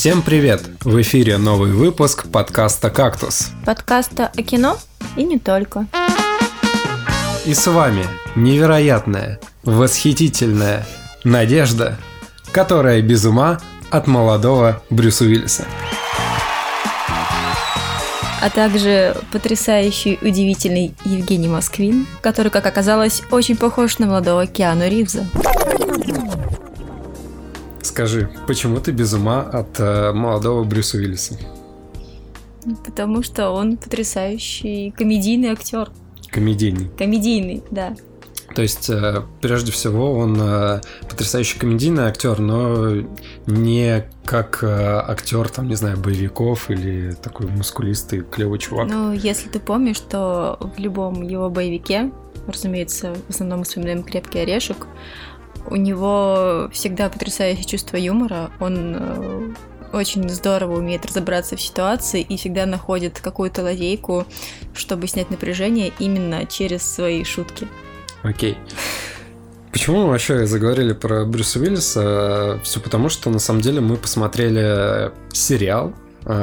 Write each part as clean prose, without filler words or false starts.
Всем привет! В эфире новый выпуск подкаста «Кактус». Подкаста о кино и не только. И с вами невероятная, восхитительная Надежда, которая без ума от молодого Брюса Уиллиса. А также потрясающий, удивительный Евгений Москвин, который, как оказалось, очень похож на молодого Киану Ривза. Скажи, почему ты без ума от молодого Брюса Уиллиса? Потому что он потрясающий комедийный актер. Комедийный, да. То есть, прежде всего, он потрясающий комедийный актер, но не как актер, там, не знаю, боевиков или такой мускулистый, клевый чувак. Ну, если ты помнишь, что в любом его боевике, разумеется, в основном мы вспоминаем «Крепкий орешек», у него всегда потрясающее чувство юмора, он очень здорово умеет разобраться в ситуации и всегда находит какую-то лазейку, чтобы снять напряжение именно через свои шутки. Окей. Почему мы вообще заговорили про Брюса Уиллиса? Все потому, что на самом деле мы посмотрели сериал.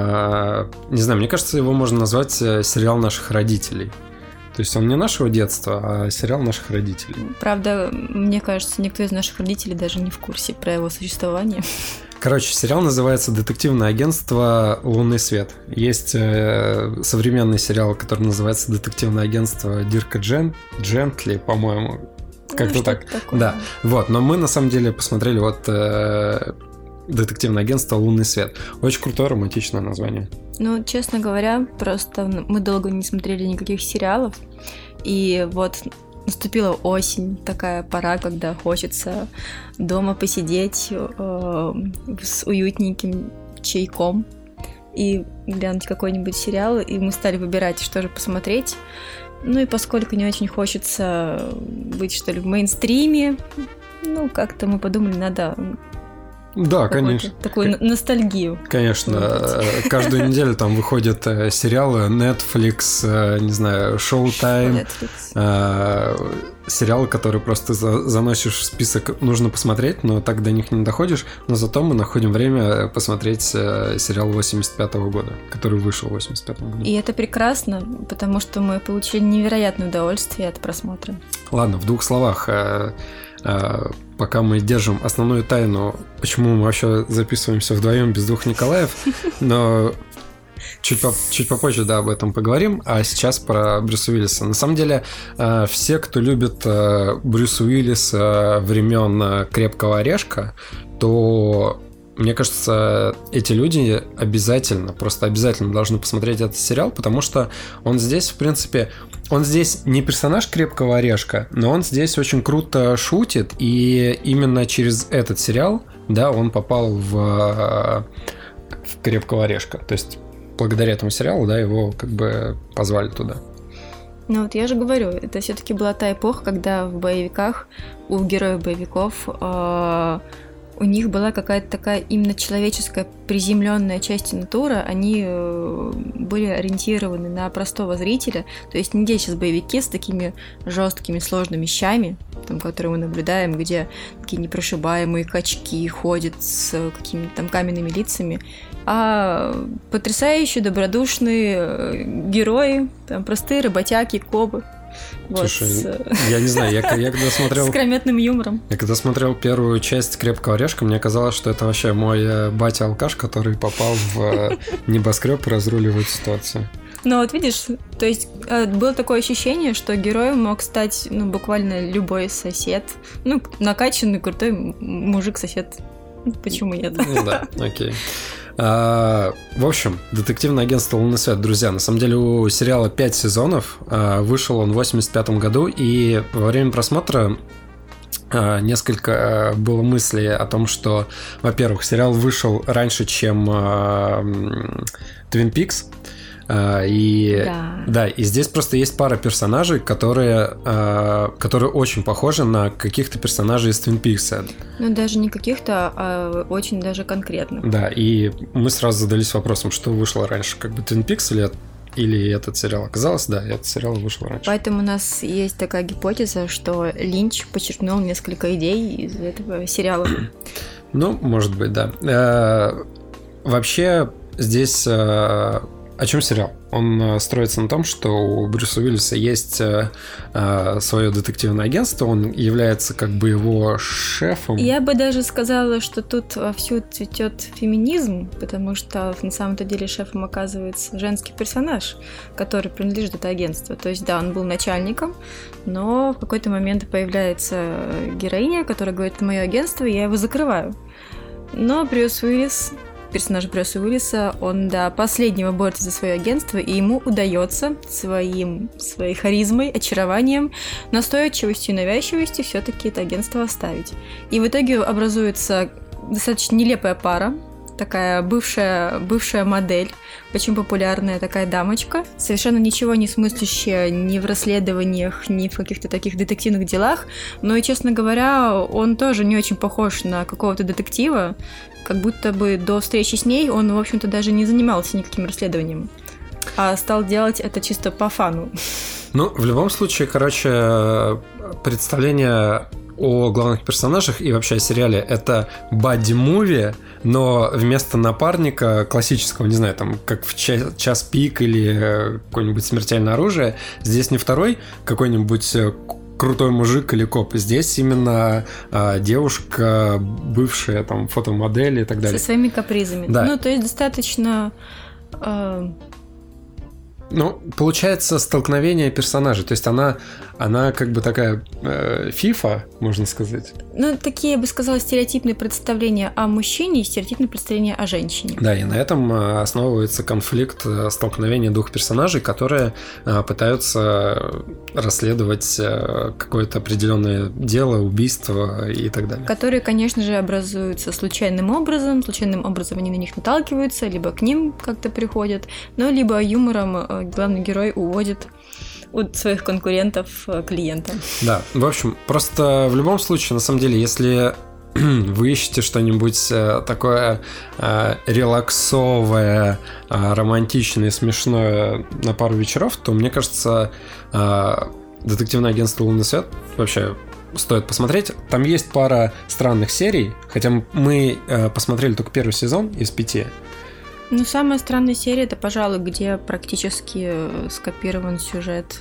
Не знаю, мне кажется, его можно назвать сериал наших родителей. То есть он не нашего детства, а сериал наших родителей. Правда, мне кажется, никто из наших родителей даже не в курсе про его существование. Короче, сериал называется «Детективное агентство Лунный свет». Есть современный сериал, который называется «Детективное агентство Дирка Джентли», по-моему. Как-то так. Такое. Да. Вот, но мы на самом деле посмотрели вот «Детективное агентство Лунный свет». Очень крутое, романтичное название. Ну, честно говоря, просто мы долго не смотрели никаких сериалов. И вот наступила осень, такая пора, когда хочется дома посидеть с уютненьким чайком и глянуть какой-нибудь сериал, и мы стали выбирать, что же посмотреть. Ну и поскольку не очень хочется быть, что ли, в мейнстриме, ну, как-то мы подумали, надо... Да, конечно. Такую ностальгию. Конечно. Каждую неделю там выходят сериалы Netflix, не знаю, Showtime. Сериалы, которые просто заносишь в список, нужно посмотреть, но так до них не доходишь. Но зато мы находим время посмотреть сериал 85-го года, который вышел в 85-м году. И это прекрасно, потому что мы получили невероятное удовольствие от просмотра. Ладно, в двух словах. Пока мы держим основную тайну, почему мы вообще записываемся вдвоем без двух Николаев, но чуть попозже, да, об этом поговорим. А сейчас про Брюса Уиллиса. На самом деле, все, кто любит Брюса Уиллиса времен «Крепкого орешка», то... Мне кажется, эти люди обязательно должны посмотреть этот сериал, потому что он здесь, в принципе, он здесь не персонаж «Крепкого орешка», но он здесь очень круто шутит, и именно через этот сериал, да, он попал в «Крепкого орешка». То есть, благодаря этому сериалу, да, его как бы позвали туда. Ну вот я же говорю, это все-таки была та эпоха, когда в боевиках, у героев боевиков... у них была какая-то такая именно человеческая приземленная часть натуры, они были ориентированы на простого зрителя, то есть не где сейчас боевики с такими жесткими сложными щами, там, которые мы наблюдаем, где такие непрошибаемые качки ходят с какими-то там каменными лицами, а потрясающие добродушные герои, там, простые работяги, кобы. Вот, слушай, я не знаю, я когда смотрел... С крометным юмором. Я когда смотрел первую часть «Крепкого орешка», мне казалось, что это вообще мой батя-алкаш, который попал в небоскреб и разруливает ситуацию. Ну вот видишь, то есть было такое ощущение, что героем мог стать, ну, буквально любой сосед. Ну, накачанный, крутой мужик-сосед. Почему нет? Ну да, окей. В общем, «Детективное агентство Лунный свет», друзья, на самом деле у сериала 5 сезонов, вышел он в 85-м году, и во время просмотра несколько было мыслей о том, что, во-первых, сериал вышел раньше, чем «Твин Пикс», и здесь просто есть пара персонажей, которые очень похожи на каких-то персонажей из Твин Пикса. Ну, даже не каких-то, а очень даже конкретных. Да, и мы сразу задались вопросом, что вышло раньше, как бы Твин Пикс или этот сериал. Оказалось, да, этот сериал вышел раньше. Поэтому у нас есть такая гипотеза, что Линч почерпнул несколько идей из этого сериала. Ну, может быть, да. вообще здесь о чем сериал? Он строится на том, что у Брюса Уиллиса есть свое детективное агентство, он является как бы его шефом. Я бы даже сказала, что тут вовсю цветет феминизм, потому что на самом-то деле шефом оказывается женский персонаж, который принадлежит это агентство. То есть, да, он был начальником, но в какой-то момент появляется героиня, которая говорит: это мое агентство, я его закрываю. Но Брюс Уиллис, персонаж Брюса Уиллиса, он до последнего борется за свое агентство, и ему удается своей харизмой, очарованием, настойчивостью и навязчивостью все-таки это агентство оставить. И в итоге образуется достаточно нелепая пара, такая бывшая модель, очень популярная такая дамочка, совершенно ничего не смыслящая ни в расследованиях, ни в каких-то таких детективных делах, но и, честно говоря, он тоже не очень похож на какого-то детектива, как будто бы до встречи с ней он, в общем-то, даже не занимался никаким расследованием, а стал делать это чисто по фану. Ну, в любом случае, короче, представление о главных персонажах и вообще о сериале — это бадди-муви, но вместо напарника классического, не знаю, там, как в «Час пик» или какое-нибудь «Смертельное оружие», здесь не второй какой-нибудь крутой мужик или коп, здесь именно девушка, бывшая там фотомодель и так далее. Со своими капризами. Да. Ну, то есть достаточно... Ну, получается столкновение персонажей. То есть она как бы такая фифа, можно сказать. Ну, такие, я бы сказала, стереотипные представления о мужчине и стереотипные представления о женщине. Да, и на этом основывается конфликт, столкновения двух персонажей, которые пытаются расследовать какое-то определенное дело, убийство и так далее. Которые, конечно же, образуются случайным образом они на них наталкиваются, либо к ним как-то приходят, но либо юмором главный герой уводит от своих конкурентов клиента. Да, в общем, просто в любом случае, на самом деле, если вы ищете что-нибудь такое релаксовое, романтичное, смешное на пару вечеров, то, мне кажется, детективное агентство «Лунный свет» вообще стоит посмотреть. Там есть пара странных серий, хотя мы посмотрели только первый сезон из 5. Ну, самая странная серия — это, пожалуй, где практически скопирован сюжет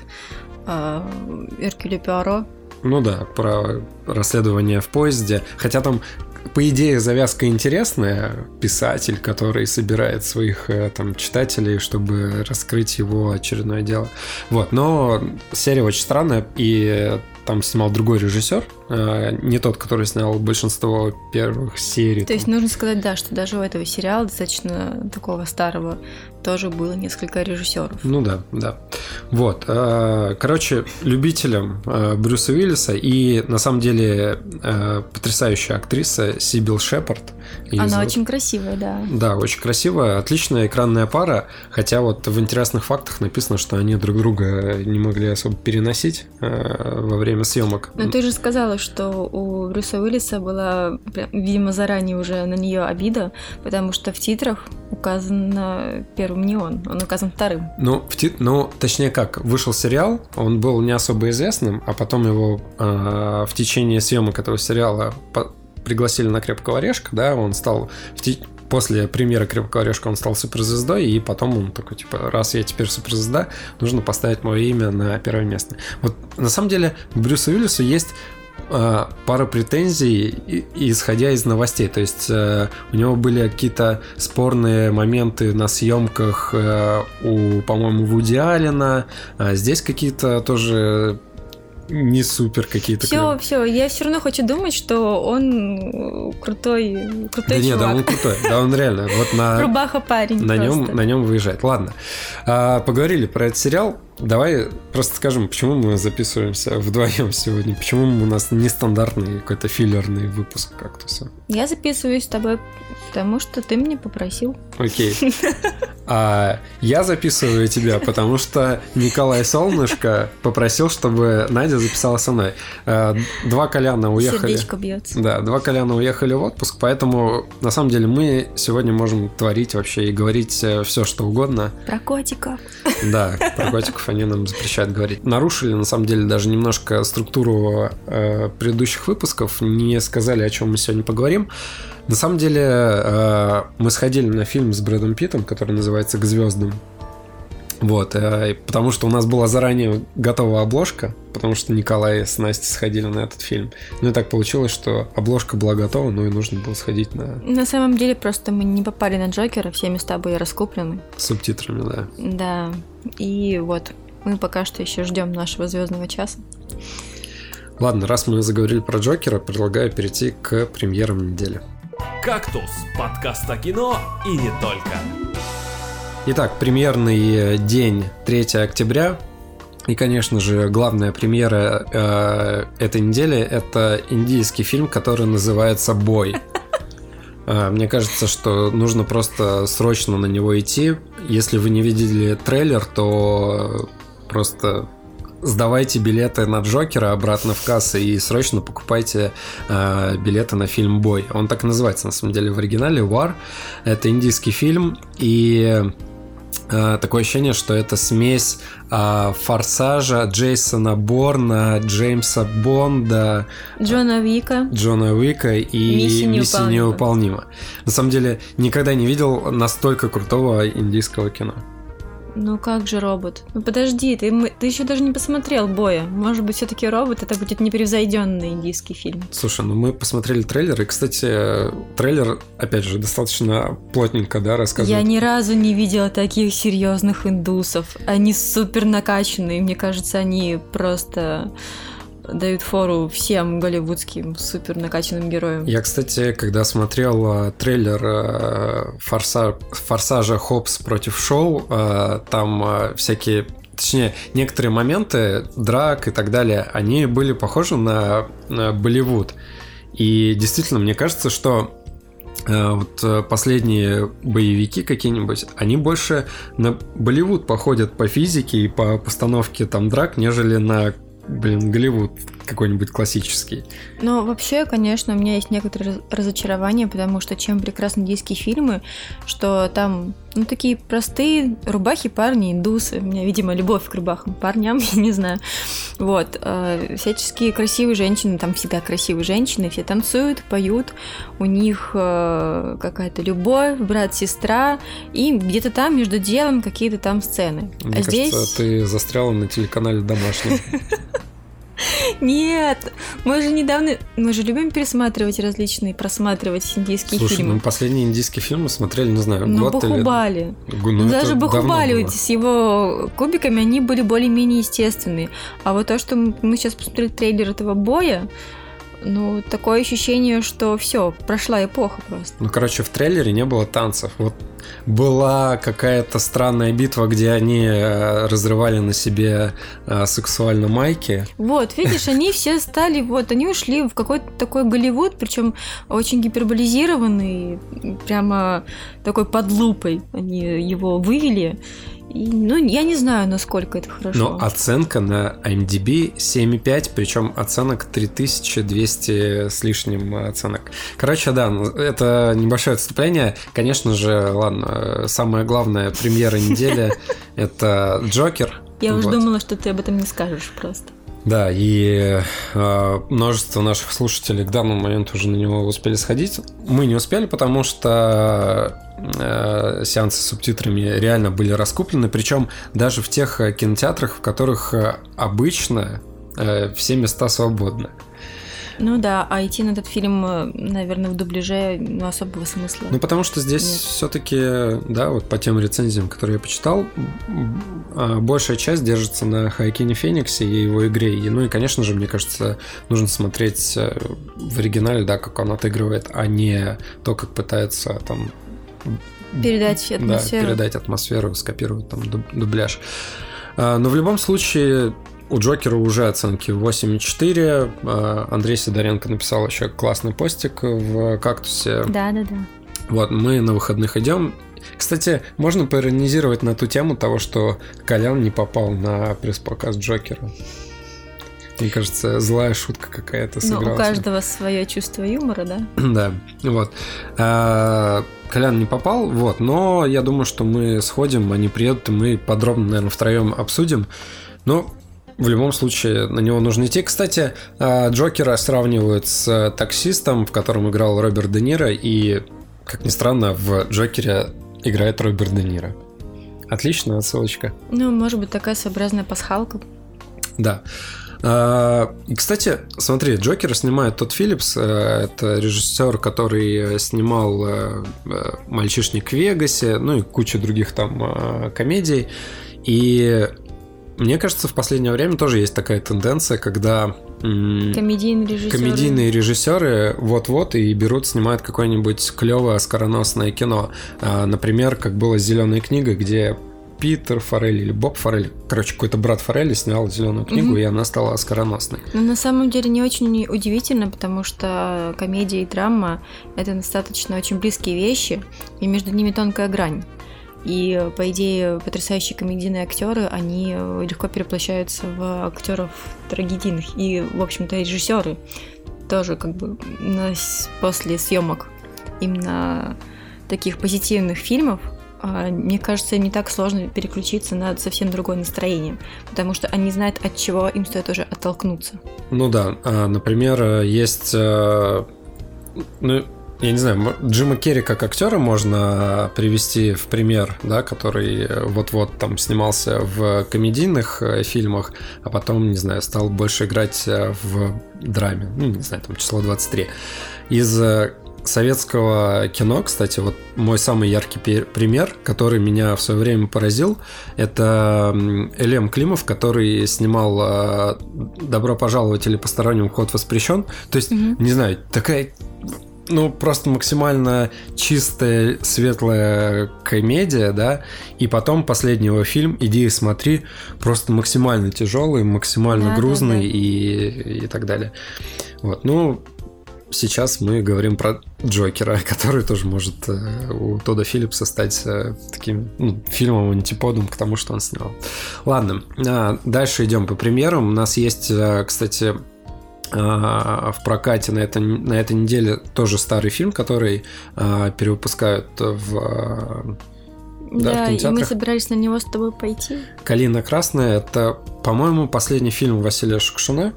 Эркюля Пуаро. Ну да, про расследование в поезде. Хотя там, по идее, завязка интересная. Писатель, который собирает своих там читателей, чтобы раскрыть его очередное дело. Вот, но серия очень странная, и там снимал другой режиссер, не тот, который снял большинство первых серий. То есть нужно сказать, да, что даже у этого сериала, достаточно такого старого, тоже было несколько режиссеров. Ну да. Вот. Короче, любителям Брюса Уиллиса и, на самом деле, потрясающая актриса Сибил Шепард. Она очень красивая, да. Да, очень красивая, отличная экранная пара, хотя вот в интересных фактах написано, что они друг друга не могли особо переносить во время съемок. Но ты же сказала, что у Брюса Уиллиса была, видимо, заранее уже на нее обида, потому что в титрах указан первым не он указан вторым. Ну, точнее как, вышел сериал, он был не особо известным, а потом его в течение съемок этого сериала пригласили на «Крепкого орешка», да, он стал после премьеры «Крепкого орешка» он стал суперзвездой, и потом он такой, типа, раз я теперь суперзвезда, нужно поставить мое имя на первое место. Вот, на самом деле, к Брюсу Уиллису есть пара претензий, исходя из новостей. То есть у него были какие-то спорные моменты на съемках у, по-моему, Вуди Аллена, а здесь какие-то тоже не супер какие-то. Все, я все равно хочу думать, что он крутой да чувак. Нет, да он крутой, да он реально. Вот рубаха парень на нем выезжает. Ладно, поговорили про этот сериал. Давай просто скажем, почему мы записываемся вдвоем сегодня, почему у нас нестандартный какой-то филлерный выпуск «Кактуса». Я записываюсь с тобой, потому что ты меня попросил. Окей. А я записываю тебя, потому что Николай Солнышко попросил, чтобы Надя записала со мной. 2 Коляна уехали. Сердечко бьется. Да, 2 Коляна уехали в отпуск, поэтому на самом деле мы сегодня можем творить вообще и говорить все, что угодно. Про котиков. Да, про котиков. против, они нам запрещают говорить. Нарушили, на самом деле, даже немножко структуру предыдущих выпусков, не сказали, о чем мы сегодня поговорим. На самом деле, мы сходили на фильм с Брэдом Питтом, который называется «К звездам». Вот, потому что у нас была заранее готова обложка, потому что Николай с Настей сходили на этот фильм. Ну и так получилось, что обложка была готова, но и нужно было сходить на... На самом деле просто мы не попали на Джокера, все места были раскуплены. С субтитрами, да. Да, и вот мы пока что еще ждем нашего звездного часа. Ладно, раз мы заговорили про Джокера, предлагаю перейти к премьерам недели. «Кактус» – подкаст о кино и не только. Итак, премьерный день 3 октября. И, конечно же, главная премьера этой недели – это индийский фильм, который называется «Бой». Мне кажется, что нужно просто срочно на него идти. Если вы не видели трейлер, то просто сдавайте билеты на Джокера обратно в кассы и срочно покупайте билеты на фильм «Бой». Он так и называется, на самом деле, в оригинале «War». Это индийский фильм, и... такое ощущение, что это смесь «Форсажа», Джейсона Борна, Джеймса Бонда, Джона Уика и «Миссия невыполнима». На самом деле, никогда не видел настолько крутого индийского кино. Ну как же робот? Ну подожди, ты еще даже не посмотрел «Боя». Может быть, все-таки робот это будет непревзойденный индийский фильм. Слушай, ну мы посмотрели трейлер, и, кстати, трейлер, опять же, достаточно плотненько, да, рассказывает. Я ни разу не видела таких серьезных индусов. Они супер накачанные, мне кажется, они просто дают фору всем голливудским супер накачанным героям. Я, кстати, когда смотрел трейлер «Форсажа. Хопс против Шоу», там всякие, точнее, некоторые моменты драк и так далее, они были похожи на Болливуд. И действительно, мне кажется, что вот последние боевики какие-нибудь, они больше на Болливуд походят по физике и по постановке там драк, нежели на Голливуд какой-нибудь классический. Но вообще, конечно, у меня есть некоторые разочарования, потому что чем прекрасны индийские фильмы, что там, ну, такие простые рубахи парни, индусы. У меня, видимо, любовь к рубахам парням, я не знаю. Вот. Всяческие красивые женщины, там всегда красивые женщины, все танцуют, поют, у них какая-то любовь, брат-сестра, и где-то там между делом какие-то там сцены. Мне кажется, ты застряла на телеканале «Домашний». Нет, мы же любим просматривать индийские фильмы. Слушай, мы последний индийский фильм мы смотрели, не знаю, год Бахубали. Ну, даже Бахубали с его кубиками, они были более-менее естественные. А вот то, что мы сейчас посмотрели трейлер этого «Боя», ну, такое ощущение, что все, прошла эпоха просто. Ну, короче, в трейлере не было танцев. Вот была какая-то странная битва, где они разрывали на себе сексуально майки. Вот, видишь, они все стали, вот, они ушли в какой-то такой Голливуд, причем очень гиперболизированный, прямо такой под лупой они его вывели. И, ну, я не знаю, насколько это хорошо. Но оценка на IMDb 7,5, причем оценок 3200 с лишним оценок. Короче, да, это небольшое отступление. Конечно же, ладно, самая главная премьера недели – это «Джокер». Я уже думала, что ты об этом не скажешь просто. Да, и множество наших слушателей к данному моменту уже на него успели сходить. Мы не успели, потому что сеансы с субтитрами реально были раскуплены, причем даже в тех кинотеатрах, в которых обычно все места свободны. Ну да, а идти на этот фильм, наверное, в дубляже особого смысла. Ну, потому что здесь все-таки, да, вот по тем рецензиям, которые я почитал, большая часть держится на Хоакине Фениксе и его игре. Ну и, конечно же, мне кажется, нужно смотреть в оригинале, да, как он отыгрывает, а не то, как пытается там передать атмосферу. Да, передать атмосферу, скопировать там дубляж. Но в любом случае, у Джокера уже оценки 8,4. Андрей Сидоренко написал еще классный постик в «Кактусе». Да. Вот, мы на выходных идем. Кстати, можно поиронизировать на ту тему того, что Колян не попал на пресс-показ Джокера. Мне кажется, злая шутка какая-то сыгралась. Ну, у каждого свое чувство юмора, да? Да, вот. Колян не попал, вот, но я думаю, что мы сходим, они приедут, и мы подробно, наверное, втроем обсудим. Но в любом случае на него нужно идти. Кстати, Джокера сравнивают с «Таксистом», в котором играл Роберт Де Ниро, и, как ни странно, в «Джокере» играет Роберт Де Ниро. Отличная отсылочка. Ну, может быть, такая своеобразная пасхалка. Да. И, кстати, смотри, Джокера снимает Тодд Филлипс. Это режиссер, который снимал «Мальчишник в Вегасе», ну и кучу других там комедий. И мне кажется, в последнее время тоже есть такая тенденция, когда комедийные режиссеры вот-вот и берут, снимают какое-нибудь клевое скороносное кино. Например, как было с «Зеленой книгой», где Питер Форелли или Боб Форелли, короче, какой-то брат Форелли снял «Зеленую книгу», и она стала скороносной. Но на самом деле не очень удивительно, потому что комедия и драма — это достаточно очень близкие вещи, и между ними тонкая грань. И, по идее, потрясающие комедийные актеры, они легко переплощаются в актеров трагедийных. И, в общем-то, режиссеры тоже как бы после съемок именно таких позитивных фильмов, мне кажется, не так сложно переключиться на совсем другое настроение, потому что они знают, от чего им стоит уже оттолкнуться. Ну да, например, есть, я не знаю, Джима Керри как актера можно привести в пример, да, который вот-вот там снимался в комедийных фильмах, а потом, не знаю, стал больше играть в драме, не знаю, там «Число 23». Из советского кино, кстати, вот мой самый яркий пример, который меня в свое время поразил, это Элем Климов, который снимал «Добро пожаловать» или «Посторонним вход воспрещен». То есть, не знаю, такая, просто максимально чистая, светлая комедия, да, и потом последний его фильм «Иди и смотри», просто максимально тяжелый, максимально грузный. И так далее. Вот, сейчас мы говорим про Джокера, который тоже может у Тодда Филлипса стать таким фильмом антиподом к тому, что он снял. Ладно, дальше идем по примерам. У нас есть, кстати, в прокате на этой неделе тоже старый фильм, который перевыпускают в кинотеатрах. И мы собирались на него с тобой пойти. «Калина красная» — это, по-моему, последний фильм Василия Шукшина.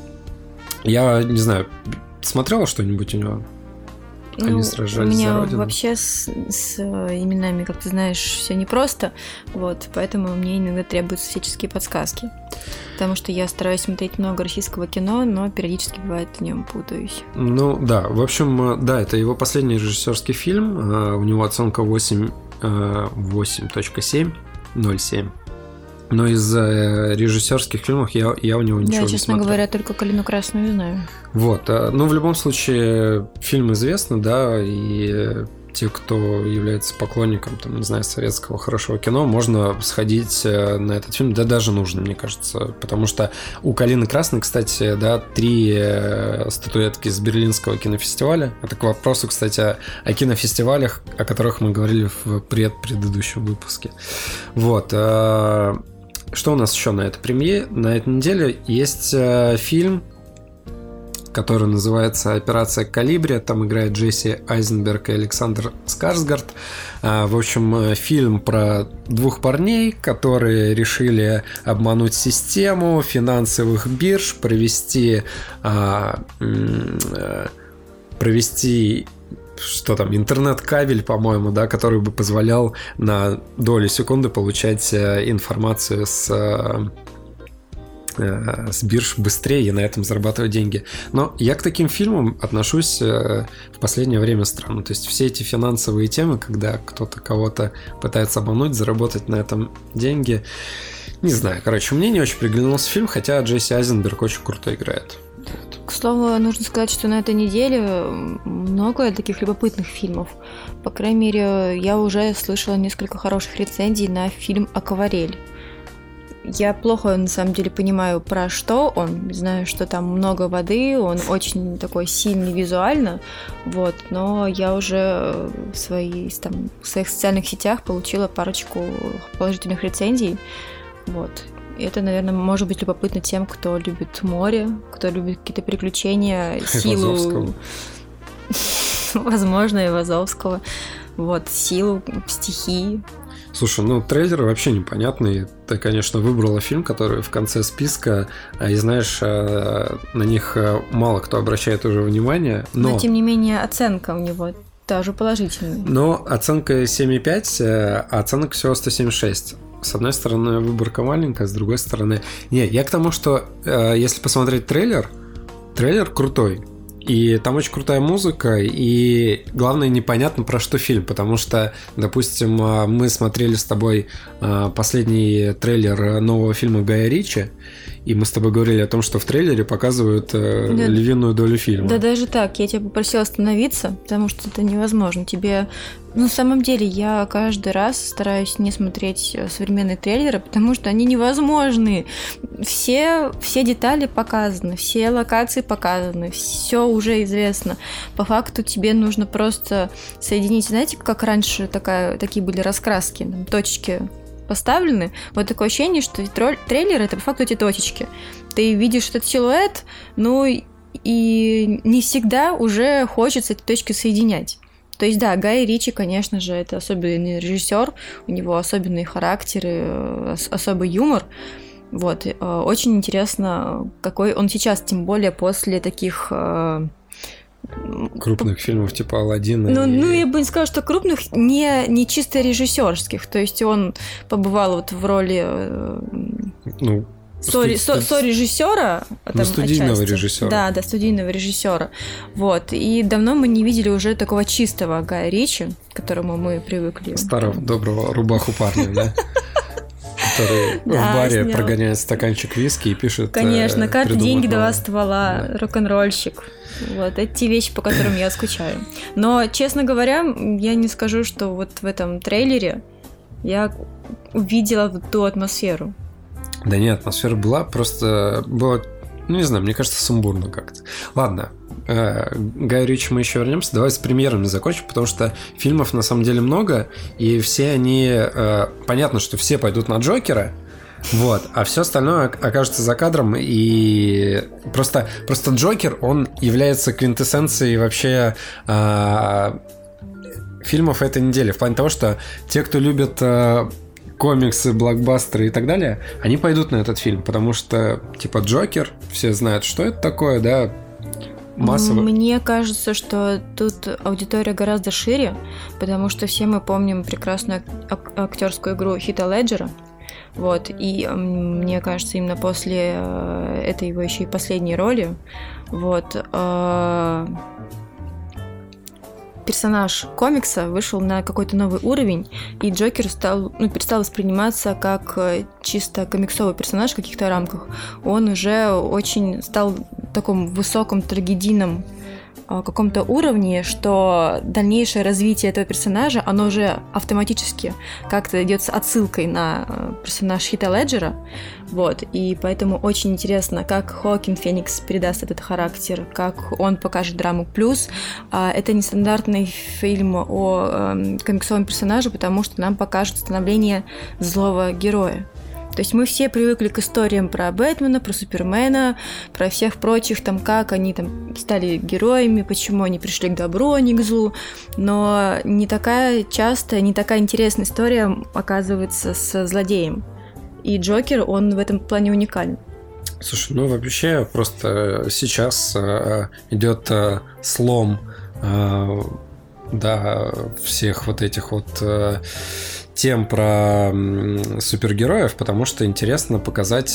Я не знаю, смотрела что-нибудь у него? Они сражались за родину. У меня вообще с именами, как ты знаешь, все непросто, вот, поэтому мне иногда требуются всяческие подсказки, потому что я стараюсь смотреть много российского кино, но периодически бывает в нем путаюсь. В общем, да, это его последний режиссерский фильм, у него оценка 8.7. Но из режиссерских фильмов я у него ничего не смотрел. Я, честно говоря, только «Калину красную» знаю. Вот, в любом случае, фильм известный, да, и те, кто является поклонником, там, не знаю, советского хорошего кино, можно сходить на этот фильм, да даже нужно, мне кажется, потому что у «Калины красной», кстати, да, 3 статуэтки с Берлинского кинофестиваля. Это к вопросу, кстати, о кинофестивалях, о которых мы говорили в предыдущем выпуске. Вот. Что у нас еще на этой премьере? На этой неделе есть фильм, который называется «Операция Колибри». Там играет Джесси Айзенберг и Александр Скарсгард. В общем, фильм про 2 парней, которые решили обмануть систему финансовых бирж, провести интернет-кабель, по-моему, да, который бы позволял на долю секунды получать информацию с бирж быстрее и на этом зарабатывать деньги. Но я к таким фильмам отношусь в последнее время странно. То есть все эти финансовые темы, когда кто-то кого-то пытается обмануть, заработать на этом деньги, не знаю. Короче, мне не очень приглянулся фильм, хотя Джесси Айзенберг очень круто играет. К слову, нужно сказать, что на этой неделе много таких любопытных фильмов. По крайней мере, я уже слышала несколько хороших рецензий на фильм «Акварель». Я плохо, на самом деле, понимаю, про что он. Знаю, что там много воды, он очень такой сильный визуально, вот, но я уже в своих социальных сетях получила парочку положительных рецензий, вот. И это, наверное, может быть любопытно тем, кто любит море, кто любит какие-то приключения, силу, возможно, и Вазовского. вот, силу, стихии. Слушай, ну трейлер вообще непонятный. Ты, конечно, выбрала фильм, который в конце списка, и знаешь, на них мало кто обращает уже внимание. Но тем не менее, оценка у него тоже положительная. Но оценка 7,5, а оценок всего 176. С одной стороны, выборка маленькая, с другой стороны... Не, я к тому, что если посмотреть трейлер крутой. И там очень крутая музыка, и главное, непонятно, про что фильм, потому что, допустим, мы смотрели с тобой последний трейлер нового фильма Гая Ричи, и мы с тобой говорили о том, что в трейлере показывают львиную долю фильма. Да даже так, я тебя попросила остановиться, потому что это невозможно. Тебе... Ну, на самом деле, я каждый раз стараюсь не смотреть современные трейлеры, потому что они невозможны. Все детали показаны, все локации показаны, все уже известно. По факту тебе нужно просто соединить, знаете, как раньше такие были раскраски, там, точечки поставлены. Вот такое ощущение, что трейлер — это по факту эти точечки. Ты видишь этот силуэт, ну и не всегда уже хочется эти точки соединять. То есть, да, Гай Ричи, конечно же, это особенный режиссер, у него особенный характер и особый юмор. Вот, очень интересно, какой он сейчас, тем более после таких... крупных фильмов типа «Аладдина». Ну, я бы не сказала, что крупных, не чисто режиссерских. То есть он побывал вот в роли... Со-режиссера. Студийного режиссера. Да, студийного режиссера. Вот. И давно мы не видели уже такого чистого Гая Ричи, к которому мы привыкли. Старого доброго рубаху парня, да? Который в баре прогоняет стаканчик виски и пишет... Конечно, карты, деньги, два ствола, рок-н-ролльщик. Вот, это те вещи, по которым я скучаю. Но, честно говоря, я не скажу, что вот в этом трейлере я увидела вот ту атмосферу. Да нет, атмосфера была, просто было, ну не знаю, мне кажется, сумбурно как-то. Ладно, Гай Ричи мы еще вернемся. Давай с премьерами закончим, потому что фильмов на самом деле много, и все они... понятно, что все пойдут на Джокера, вот, а все остальное окажется за кадром, и просто Джокер, он является квинтэссенцией вообще фильмов этой недели, в плане того, что те, кто любит комиксы, блокбастеры и так далее, они пойдут на этот фильм, потому что, типа, Джокер, все знают, что это такое, да, массово. Мне кажется, что тут аудитория гораздо шире, потому что все мы помним прекрасную актерскую игру Хита Леджера. Вот, и мне кажется, именно после этой его еще и последней роли, вот, персонаж комикса вышел на какой-то новый уровень, и Джокер перестал восприниматься как чисто комиксовый персонаж в каких-то рамках. Он уже очень стал в таком высоком трагедийном каком-то уровне, что дальнейшее развитие этого персонажа, оно уже автоматически как-то идет с отсылкой на персонаж Хита Леджера, вот, и поэтому очень интересно, как Хоакин Феникс передаст этот характер, как он покажет драму. Плюс это нестандартный фильм о комиксовом персонаже, потому что нам покажет становление злого героя. То есть мы все привыкли к историям про Бэтмена, про Супермена, про всех прочих, там, как они там стали героями, почему они пришли к добру, а не к злу. Но не такая частая, не такая интересная история оказывается с злодеем. И Джокер, он в этом плане уникален. Слушай, ну вообще просто сейчас идет слом всех вот этих вот тем про супергероев, потому что интересно показать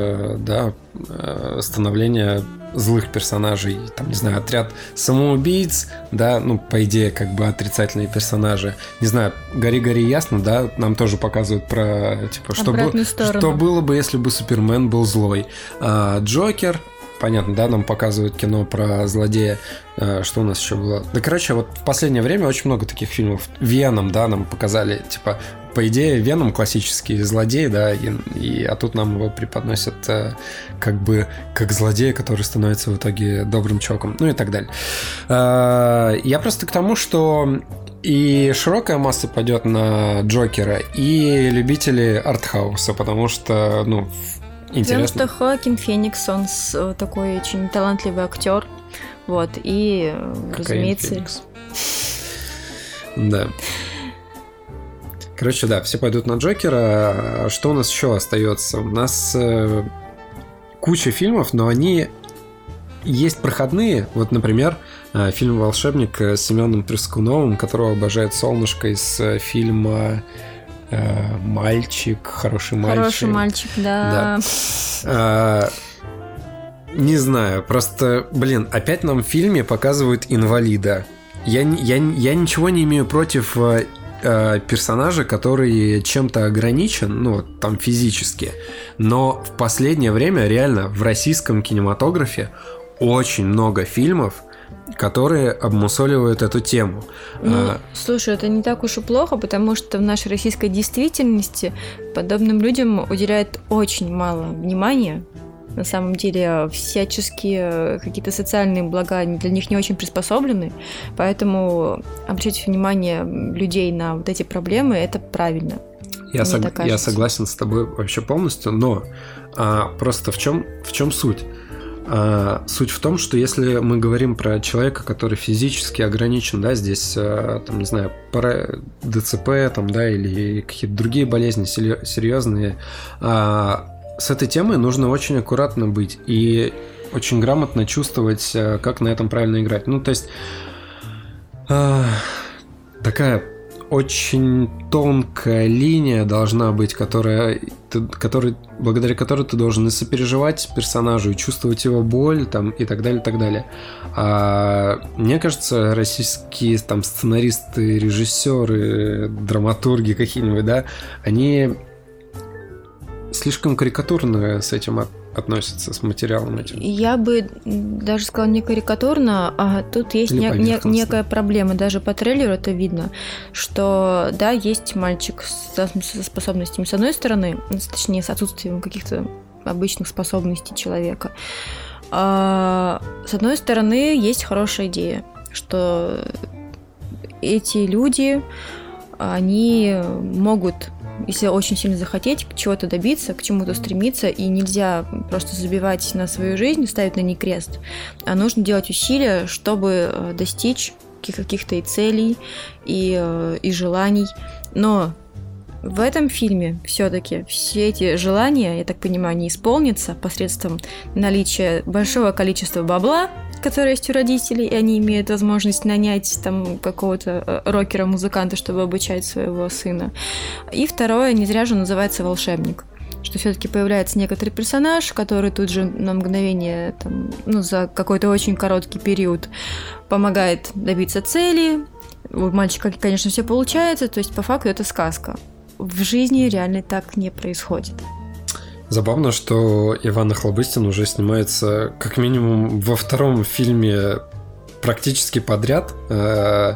становление злых персонажей, там, не знаю, отряд самоубийц, да, ну, по идее, как бы отрицательные персонажи. Не знаю, «Гори-гори» ясно, да, нам тоже показывают про, типа, что было бы, если бы Супермен был злой. Джокер, понятно, да, нам показывают кино про злодея. Что у нас еще было? Да, короче, вот в последнее время очень много таких фильмов. Веном, да, нам показали, типа, по идее, Веном классический злодей, да, а тут нам его преподносят как бы как злодея, который становится в итоге добрым чуваком, ну и так далее. Я просто к тому, что и широкая масса пойдет на Джокера, и любители артхауса, потому что, ну, интересно. Потому что Хоакин Феникс, он такой очень талантливый актер. Вот, и, разумеется... Да. Короче, да, все пойдут на Джокера. Что у нас еще остается? У нас куча фильмов, но они есть проходные. Вот, например, фильм «Волшебник» с Семеном Трескуновым, которого обожает Солнышко из фильма «Мальчик», «Хороший мальчик». «Хороший мальчик», да. Не знаю, просто, опять нам в фильме показывают инвалида. Я ничего не имею против персонажа, который чем-то ограничен, ну, там, физически. Но в последнее время реально в российском кинематографе очень много фильмов, которые обмусоливают эту тему. Ну, слушай, это не так уж и плохо, потому что в нашей российской действительности подобным людям уделяет очень мало внимания. На самом деле всяческие какие-то социальные блага для них не очень приспособлены, поэтому обращать внимание людей на вот эти проблемы – это правильно. Я согласен с тобой вообще полностью, но просто в чем суть? Суть в том, что если мы говорим про человека, который физически ограничен, да, здесь, там, не знаю, ДЦП, там, да, или какие-то другие болезни серьезные, с этой темой нужно очень аккуратно быть и очень грамотно чувствовать, как на этом правильно играть. Ну, то есть такая очень тонкая линия должна быть, благодаря которой ты должен и сопереживать персонажу, и чувствовать его боль, там, и так далее, и так далее. Мне кажется, российские там сценаристы, режиссеры, драматурги какие-нибудь, да, они слишком карикатурно с этим относятся, с материалом этим. Я бы даже сказала не карикатурно, а тут есть некая проблема. Даже по трейлеру это видно, что да, есть мальчик со способностями с одной стороны, точнее с отсутствием каких-то обычных способностей человека. А с одной стороны есть хорошая идея, что эти люди, они могут, если очень сильно захотеть, чего-то добиться, к чему-то стремиться, и нельзя просто забивать на свою жизнь, ставить на ней крест, а нужно делать усилия, чтобы достичь каких-то и целей, и желаний. Но в этом фильме все-таки все эти желания, я так понимаю, не исполнятся посредством наличия большого количества бабла, которое есть у родителей, и они имеют возможность нанять там какого-то рокера-музыканта, чтобы обучать своего сына. И второе, не зря же называется «Волшебник», что все-таки появляется некоторый персонаж, который тут же на мгновение, там, ну, за какой-то очень короткий период помогает добиться цели. У мальчика, конечно, все получается, то есть по факту это сказка. В жизни реально так не происходит. Забавно, что Иван Охлобыстин уже снимается как минимум во втором фильме практически подряд про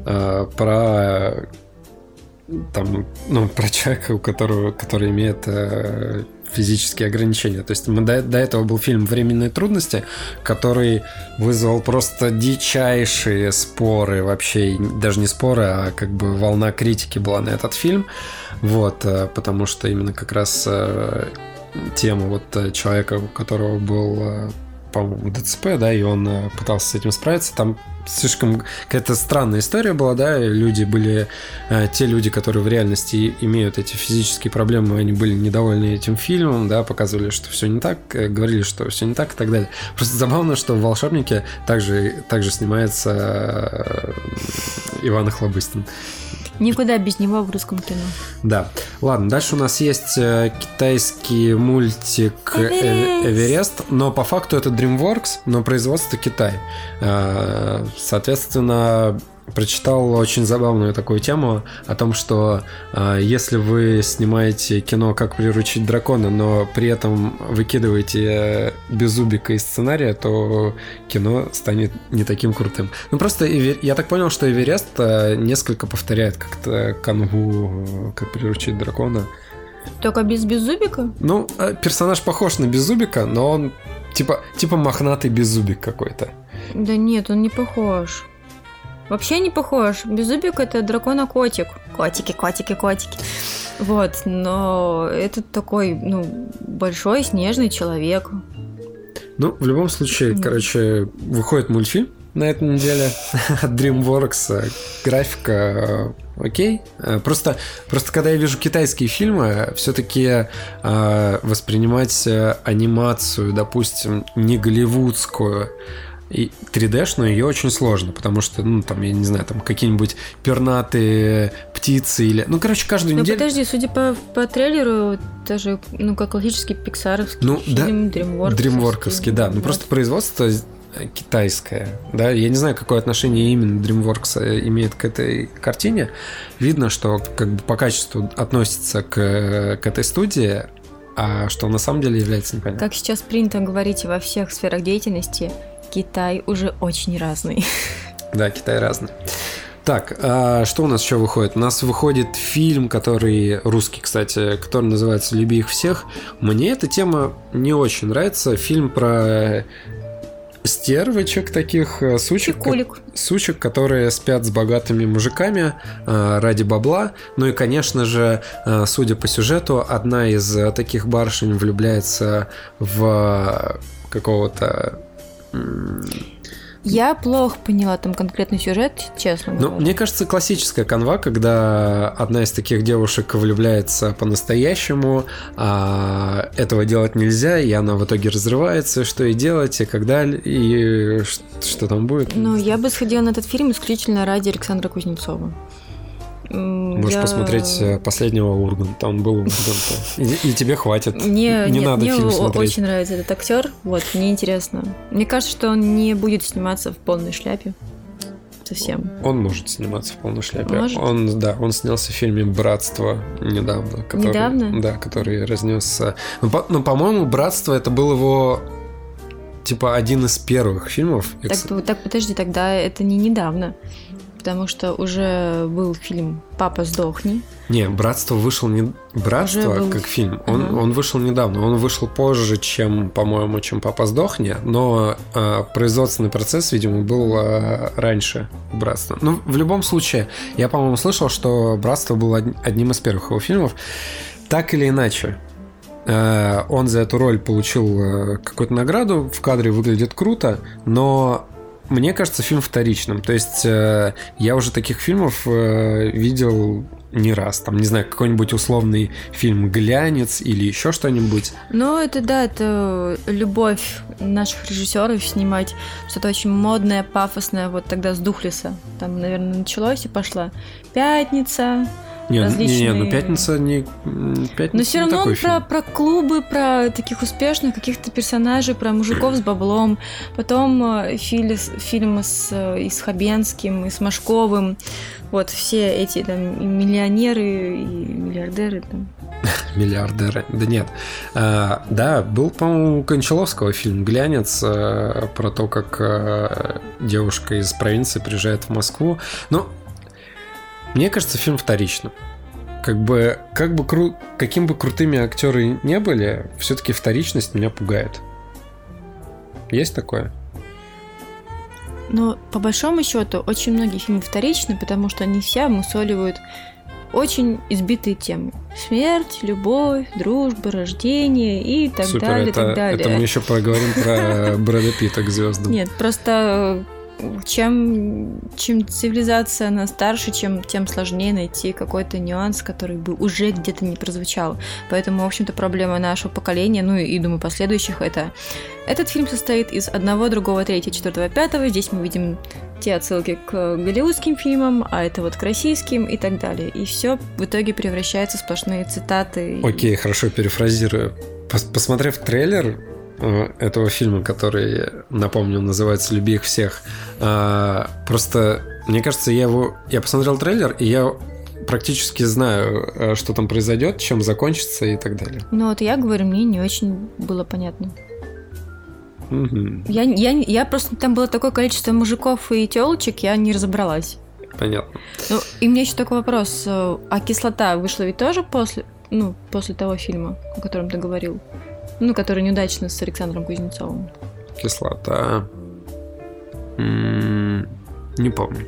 человека, который имеет физические ограничения. То есть до этого был фильм «Временные трудности», который вызвал просто дичайшие споры, вообще даже не споры, а как бы волна критики была на этот фильм. Вот, потому что именно как раз тема вот человека, у которого был, по-моему, ДЦП, да, и он пытался с этим справиться. Там слишком какая-то странная история была, да, те люди, которые в реальности имеют эти физические проблемы, они были недовольны этим фильмом, да, показывали, что все не так, говорили, что все не так и так далее. Просто забавно, что в «Волшебнике» также снимается Иван Охлобыстин. Никуда без него в русском кино. Да. Ладно, дальше у нас есть китайский мультик «Эверест», но по факту это DreamWorks, но производство Китай. Соответственно, прочитал очень забавную такую тему о том, что если вы снимаете кино «Как приручить дракона», но при этом выкидываете Беззубика из сценария, то кино станет не таким крутым. Ну просто я так понял, что «Эверест» несколько повторяет как-то канву «Как приручить дракона». Только без Беззубика? Ну, персонаж похож на Беззубика, но он типа мохнатый Беззубик какой-то. Да нет, он не похож. Вообще не похож. Беззубик — это дракона-котик. Котики. Вот, но это такой, большой снежный человек. Ну, в любом случае, короче, выходит мультфильм на этой неделе от DreamWorks. Графика окей. Просто когда я вижу китайские фильмы, все-таки воспринимать анимацию, допустим, не голливудскую и 3D-шную, ее очень сложно, потому что, там, я не знаю, там какие-нибудь пернатые птицы или... каждую неделю... подожди, судя по трейлеру, даже, как классический пиксаровский фильм, DreamWorks-овский, да. Просто производство китайское, да, я не знаю, какое отношение именно DreamWorks имеет к этой картине. Видно, что как бы по качеству относится к этой студии, а что на самом деле является непонятно. Как сейчас принято говорить во всех сферах деятельности, Китай уже очень разный. Да, Китай разный. Так, что у нас еще выходит? У нас выходит фильм, который русский, кстати, который называется «Люби их всех». Мне эта тема не очень нравится. Фильм про стервочек таких, сучек, которые спят с богатыми мужиками ради бабла. Ну и, конечно же, судя по сюжету, одна из таких барышень влюбляется в какого-то... Я плохо поняла там конкретный сюжет, честно говоря. Мне кажется, классическая канва, когда одна из таких девушек влюбляется по-настоящему, а этого делать нельзя, и она в итоге разрывается, что и делать, и как далее, и что там будет. Я бы сходила на этот фильм исключительно ради Александра Кузнецова. Можешь посмотреть последнего Урганта, он был Урганта. И тебе хватит. Не надо фильм смотреть. Мне очень нравится этот актер. Мне интересно. Мне кажется, что он не будет сниматься в полной шляпе. Совсем. Он может сниматься в полной шляпе. Может? Он снялся в фильме «Братство» недавно. Недавно? Да, который разнесся. По-моему, «Братство» это был его один из первых фильмов. Так, подожди, тогда это не недавно. Потому что уже был фильм «Папа, сдохни». Не, «Братство» вышел не... «Братство» как фильм, он вышел недавно. Он вышел позже, чем «Папа, сдохни», но производственный процесс, видимо, был раньше «Братства». В любом случае, я, по-моему, слышал, что «Братство» было одним из первых его фильмов. Так или иначе, он за эту роль получил какую-то награду, в кадре выглядит круто, но... Мне кажется, фильм вторичным. То есть я уже таких фильмов видел не раз. Там, не знаю, какой-нибудь условный фильм «Глянец» или еще что-нибудь. Это любовь наших режиссеров снимать что-то очень модное, пафосное. Вот тогда с Духлеса. Там, наверное, началось и пошла «Пятница». «Пятница» не... Но все равно он про клубы, про таких успешных каких-то персонажей, про мужиков с баблом. Потом фильмы с Хабенским и с Машковым. Вот все эти там и миллионеры, и миллиардеры там. Миллиардеры? Да нет. Да, был, по-моему, у Кончаловского фильм «Глянец» про то, как девушка из провинции приезжает в Москву. Мне кажется, фильм вторичным. Каким бы крутыми актеры не были, все-таки вторичность меня пугает. Есть такое? По большому счету, очень многие фильмы вторичны, потому что они все обмусоливают очень избитые темы. Смерть, любовь, дружба, рождение и так далее, так далее. Это мы еще поговорим про Брэда Питта к звездам. Нет, просто... Чем цивилизация она старше, тем сложнее найти какой-то нюанс, который бы уже где-то не прозвучал. Поэтому, в общем-то, проблема нашего поколения, и, думаю, последующих, этот фильм состоит из 1, 2, 3, 4, 5. Здесь мы видим те отсылки к голливудским фильмам, а это к российским и так далее. И все в итоге превращается в сплошные цитаты. Окей, хорошо, перефразирую. Посмотрев трейлер этого фильма, который, напомню, называется «Люби их всех». Просто, мне кажется, я посмотрел трейлер, и я практически знаю, что там произойдет, чем закончится и так далее. Я говорю, мне не очень было понятно. Угу. Я просто... Там было такое количество мужиков и тёлочек, я не разобралась. Понятно. И мне еще такой вопрос. А «Кислота» вышла ведь тоже после того фильма, о котором ты говорил? Который неудачно с Александром Кузнецовым. «Кислота». Не помню.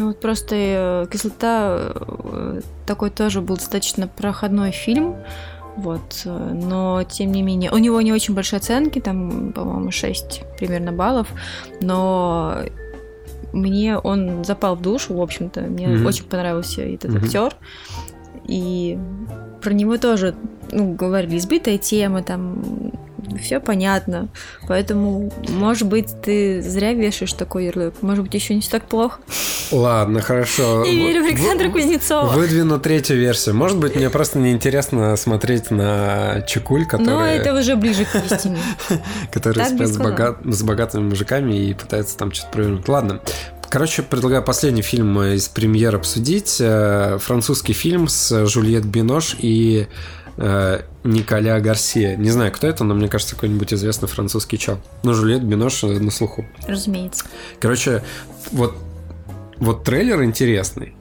Просто «Кислота» такой тоже был достаточно проходной фильм. Вот. Но, тем не менее, у него не очень большие оценки, там, по-моему, 6 примерно баллов, но мне он запал в душу, в общем-то. Мне очень понравился этот актер. И про него тоже, говорили, избитая тема, там, все понятно. Поэтому, может быть, ты зря вешаешь такой ярлык. Может быть, еще не все так плохо. Ладно, хорошо. Я верю в Александра Кузнецова. Выдвину третью версию. Может быть, мне просто неинтересно смотреть на Чекуль, который... Но это уже ближе к истине. Который спят с богатыми мужиками и пытается там что-то провернуть. Ладно. Короче, предлагаю последний фильм из премьер обсудить. Французский фильм с Жюльет Бинош и Николя Гарсия. Не знаю, кто это, но мне кажется, какой-нибудь известный французский чел. Но Жюльет Бинош на слуху. Разумеется. Короче, вот трейлер интересный.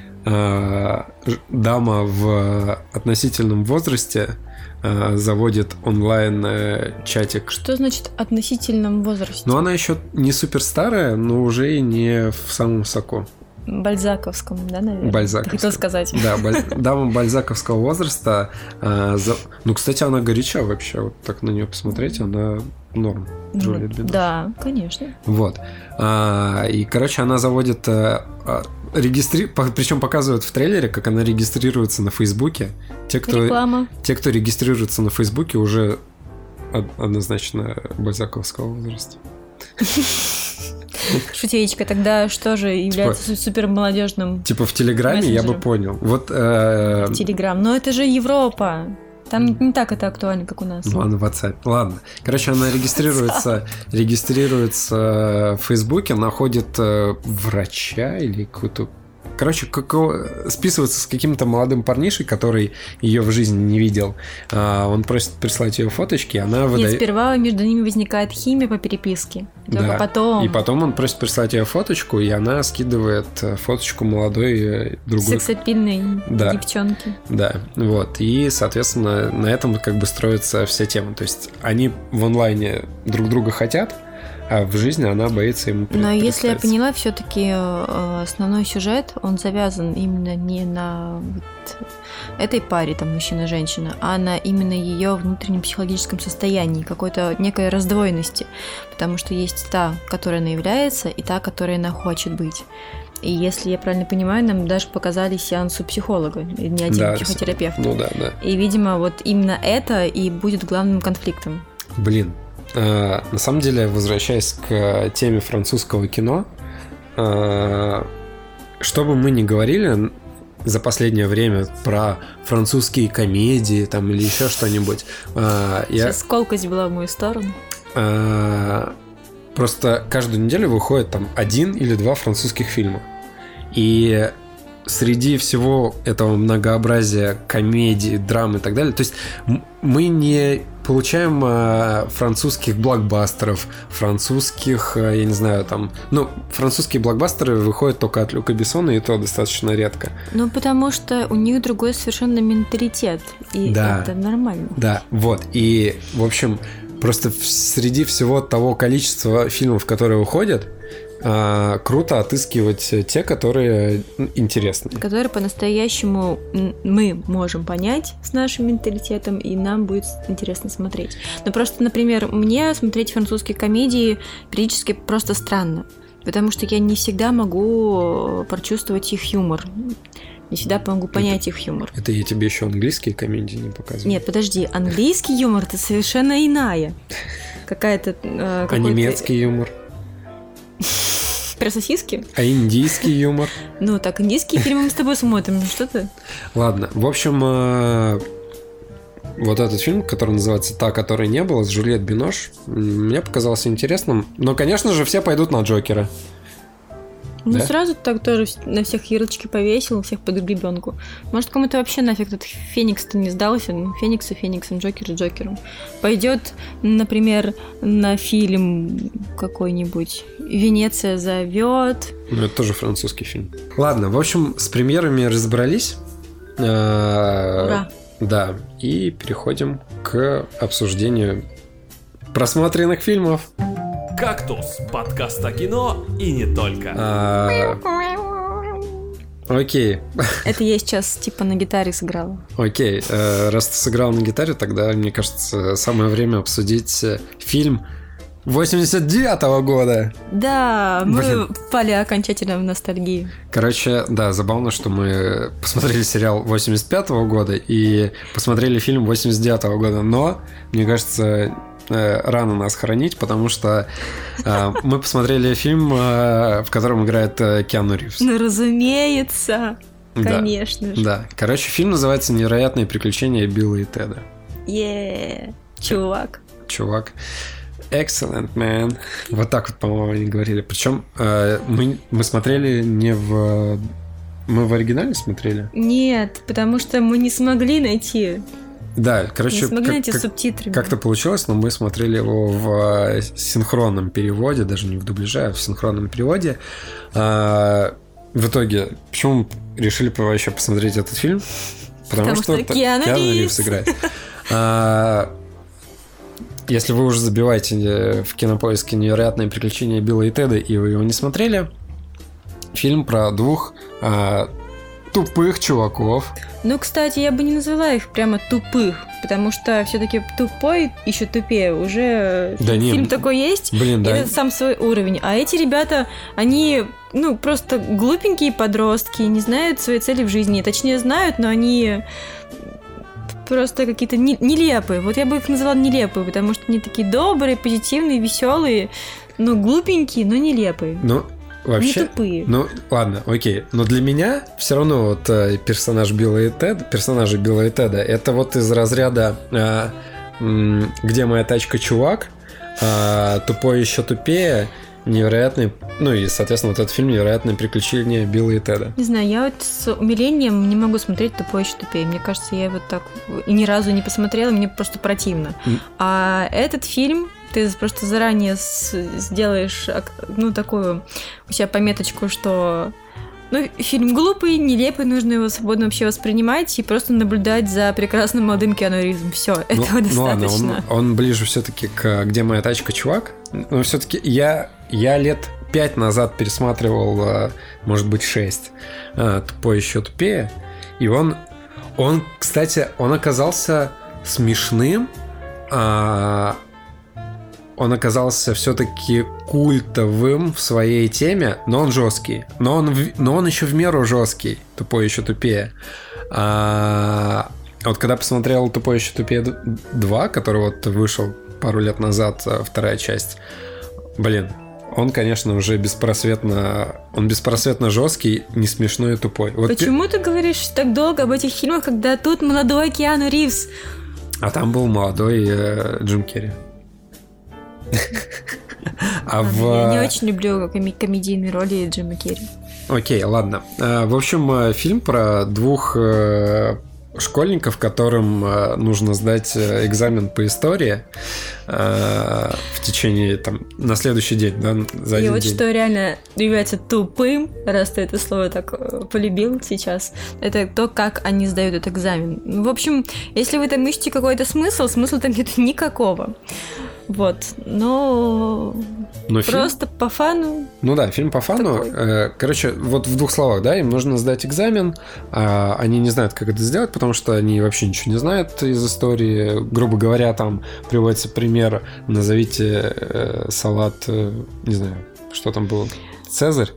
Дама в относительном возрасте заводит онлайн-чатик. Что значит относительном возрасте? Ну, она еще не супер старая, но уже и не в самом соку. Бальзаковском, да, наверное? Бальзаковском. Ты хотел сказать. Да, дама бальзаковского возраста. Ну, кстати, она горяча вообще. Вот так на нее посмотреть, она норм. Да, конечно. Вот. И, короче, она заводит... Причем показывают в трейлере, как она регистрируется на Фейсбуке. Те, кто регистрируется на Фейсбуке, уже однозначно бальзаковского возраста. Шутеечка, тогда что же является супермолодежным? Типа в Телеграме я бы понял. Вот. В Телеграм. Но это же Европа. Там не так это актуально, как у нас. Ну, она в WhatsApp. Ладно. Короче, она регистрируется в Фейсбуке, находит врача или какую-то... Короче, списывается с каким-то молодым парнишей, который ее в жизни не видел. Он просит прислать ее фоточки, она выдает... Нет, сперва между ними возникает химия по переписке. Только да. потом... И потом он просит прислать ее фоточку, и она скидывает фоточку молодой другой... Сексапильной девчонки. Да, вот. И, соответственно, на этом как бы строится вся тема. То есть они в онлайне друг друга хотят, а в жизни она боится ему Но если я поняла, все-таки основной сюжет, он завязан именно не на этой паре, там, мужчина-женщина, а на именно ее внутреннем психологическом состоянии, какой-то некой раздвоенности. Потому что есть та, которой она является, и та, которой она хочет быть. И если я правильно понимаю, нам даже показали сеанс у психолога, не один психотерапевт. Ну да. И, видимо, вот именно это и будет главным конфликтом. Блин. На самом деле, возвращаясь к теме французского кино, что бы мы ни говорили за последнее время про французские комедии там, или еще что-нибудь... Сейчас колкость была в мою сторону. Просто каждую неделю выходит там 1 или 2 французских фильма. И среди всего этого многообразия комедий, драм и так далее, то есть мы не получаем французских блокбастеров, французских, я не знаю, там... Ну, французские блокбастеры выходят только от Люка Бессона, и то достаточно редко. Ну, потому что у них другой совершенно менталитет, и это нормально. Да, вот. И, в общем, просто среди всего того количества фильмов, которые выходят, круто отыскивать те, которые интересны. Которые по-настоящему мы можем понять с нашим менталитетом, и нам будет интересно смотреть. Но просто, например, мне смотреть французские комедии периодически просто странно, потому что я не всегда могу прочувствовать их юмор. Не всегда могу понять их юмор. Это я тебе еще английские комедии не показываю? Нет, подожди, английский юмор — это совершенно иная. Какая-то... А немецкий юмор? Про сосиски? А индийский юмор? Ну, так, индийские фильмы мы с тобой смотрим, что ты? Ладно, в общем, вот этот фильм, который называется «Та, которой не было», с Жюльет Бинош, мне показался интересным. Но, конечно же, все пойдут на Джокера. Ну, да? Сразу так тоже на всех ярлычки повесил, всех под гребенку. Может, кому-то вообще нафиг этот Феникс-то не сдался? Феникс Фениксом, Джокер Джокером. Пойдет, например, на фильм какой-нибудь «Венеция зовет». Ну, это тоже французский фильм. Ладно, в общем, с премьерами разобрались. Ура! Да, и переходим к обсуждению просмотренных фильмов. «Кактус» – подкаст о кино и не только. Окей. Это я сейчас типа на гитаре сыграла. Окей. Раз ты сыграл на гитаре, тогда, мне кажется, самое время обсудить фильм 89-го года. Да, мы впали окончательно в ностальгию. Короче, да, забавно, что мы посмотрели сериал 85-го года и посмотрели фильм 89-го года, но, мне кажется, рано нас хоронить, потому что мы посмотрели фильм, в котором играет Киану Ривз. Ну, разумеется. Конечно же. Да. Короче, фильм называется «Невероятные приключения Билла и Теда». Чувак. Excellent, man. Вот так вот, по-моему, они говорили. Причем мы смотрели не в... Мы в оригинале смотрели? Нет, потому что мы не смогли найти. Да, короче, не смогли найти субтитры. Как-то получилось, но мы смотрели его в синхронном переводе, даже не в дубляже, а в синхронном переводе. В итоге, почему мы решили вообще посмотреть этот фильм? Потому что Киану Ривз играет. Если вы уже забиваете в Кинопоиске «Невероятные приключения Билла и Теда», и вы его не смотрели, фильм про двух тупых чуваков. Ну, кстати, я бы не назвала их прямо тупых, потому что все-таки тупой еще тупее. Уже фильм такой есть, это сам свой уровень. А эти ребята, они, просто глупенькие подростки, не знают своей цели в жизни. Точнее, знают, но они просто какие-то нелепые. Вот я бы их назвала нелепые, потому что они такие добрые, позитивные, веселые, глупенькие, но нелепые. Вообще, не тупые. Ладно, окей. Но для меня все равно вот персонажи Билла и Теда, это вот из разряда «Где моя тачка, чувак?», «Тупой еще тупее», «Невероятные», и, соответственно, вот этот фильм «Невероятные приключения Билла и Теда». Не знаю, я вот с умилением не могу смотреть «Тупой еще тупее». Мне кажется, я вот так и ни разу не посмотрела, мне просто противно. А этот фильм... Ты просто заранее сделаешь, такую у себя пометочку, что фильм глупый, нелепый, нужно его свободно вообще воспринимать и просто наблюдать за прекрасным молодым Киану Ривзом. Все, этого достаточно. Ладно, он ближе все-таки к «Где моя тачка, чувак?». Но все-таки я лет 5 назад пересматривал, может быть, 6 «Тупой еще тупее». И он, кстати, он оказался смешным, он оказался все-таки культовым в своей теме, но он жесткий. Но он еще в меру жесткий. «Тупой еще тупее». Вот когда посмотрел «Тупой еще тупее 2», который вот вышел пару лет назад, вторая часть, он, конечно, уже беспросветно жесткий, не смешной и тупой. Почему ты говоришь так долго об этих фильмах, когда тут молодой Киану Ривз? А там был молодой Джим Керри. Я не очень люблю комедийные роли Джима Керри. Окей, ладно. В общем, фильм про двух школьников, которым нужно сдать экзамен по истории в течение, на следующий день, да, за один день. И вот что реально является тупым, раз ты это слово так полюбил сейчас, это то, как они сдают этот экзамен. В общем, если вы там ищете какой-то смысла там нет никакого. Вот, но просто фильм... по фану. Фильм по фану. Короче, вот в двух словах, да, им нужно сдать экзамен, они не знают, как это сделать, потому что они вообще ничего не знают из истории. Грубо говоря, там приводится пример: назовите салат, не знаю, что там было, Цезарь.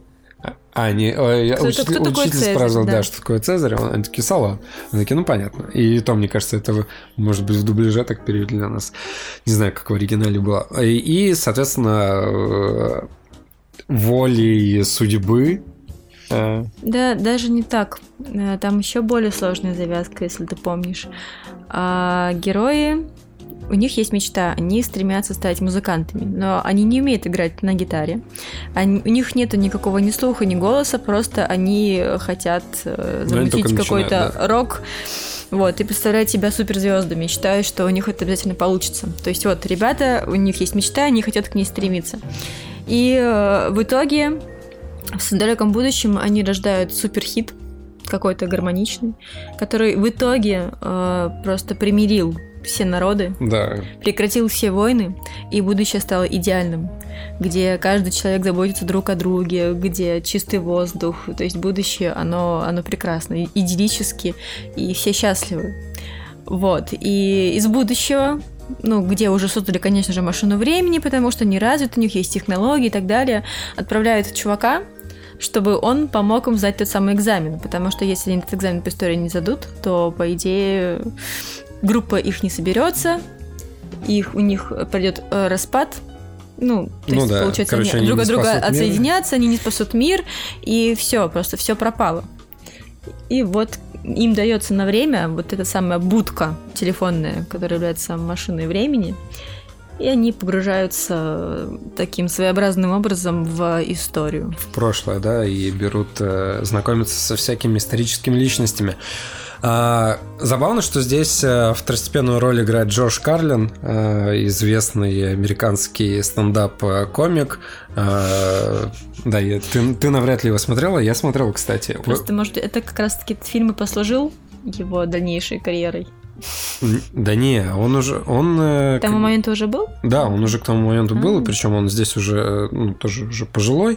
Учитель спрашивал, да, что такое Цезарь, они такие: салат. Они такие: понятно. И то, мне кажется, это, может быть, в дубляже так перевели для нас. Не знаю, как в оригинале было. И, соответственно, волей судьбы. Да, даже не так. Там еще более сложная завязка, если ты помнишь. Герои... У них есть мечта, они стремятся стать музыкантами, но они не умеют играть на гитаре. У них нету никакого ни слуха, ни голоса, просто они хотят замутить какой-то рок, и представляют себя суперзвездами, считают, что у них это обязательно получится. То есть ребята, у них есть мечта, они хотят к ней стремиться. И в итоге в далеком будущем они рождают суперхит, какой-то гармоничный, который в итоге просто примирил все народы, Да. прекратил все войны, и будущее стало идеальным, где каждый человек заботится друг о друге, где чистый воздух, то есть будущее, оно прекрасно, идиллически, и все счастливы. Вот, и из будущего, где уже создали, конечно же, машину времени, потому что они развиты, у них есть технологии и так далее, отправляют чувака, чтобы он помог им сдать тот самый экзамен, потому что если они этот экзамен по истории не зададут, то, по идее, группа их не соберется, у них пройдет распад, получается, они друг от друга отсоединятся, они не спасут мир, и все, просто все пропало. И вот им дается на время вот эта самая будка телефонная, которая является машиной времени, и они погружаются таким своеобразным образом в историю. В прошлое, да, и знакомятся со всякими историческими личностями. Забавно, что здесь второстепенную роль играет Джош Карлин, известный американский стендап-комик. Да, ты навряд ли его смотрела, я смотрел, кстати. Просто, может, это как раз-таки этот фильм и послужил его дальнейшей карьерой. Да не, он к тому моменту уже был? Да, он уже к тому моменту был, причем он здесь уже, тоже уже пожилой.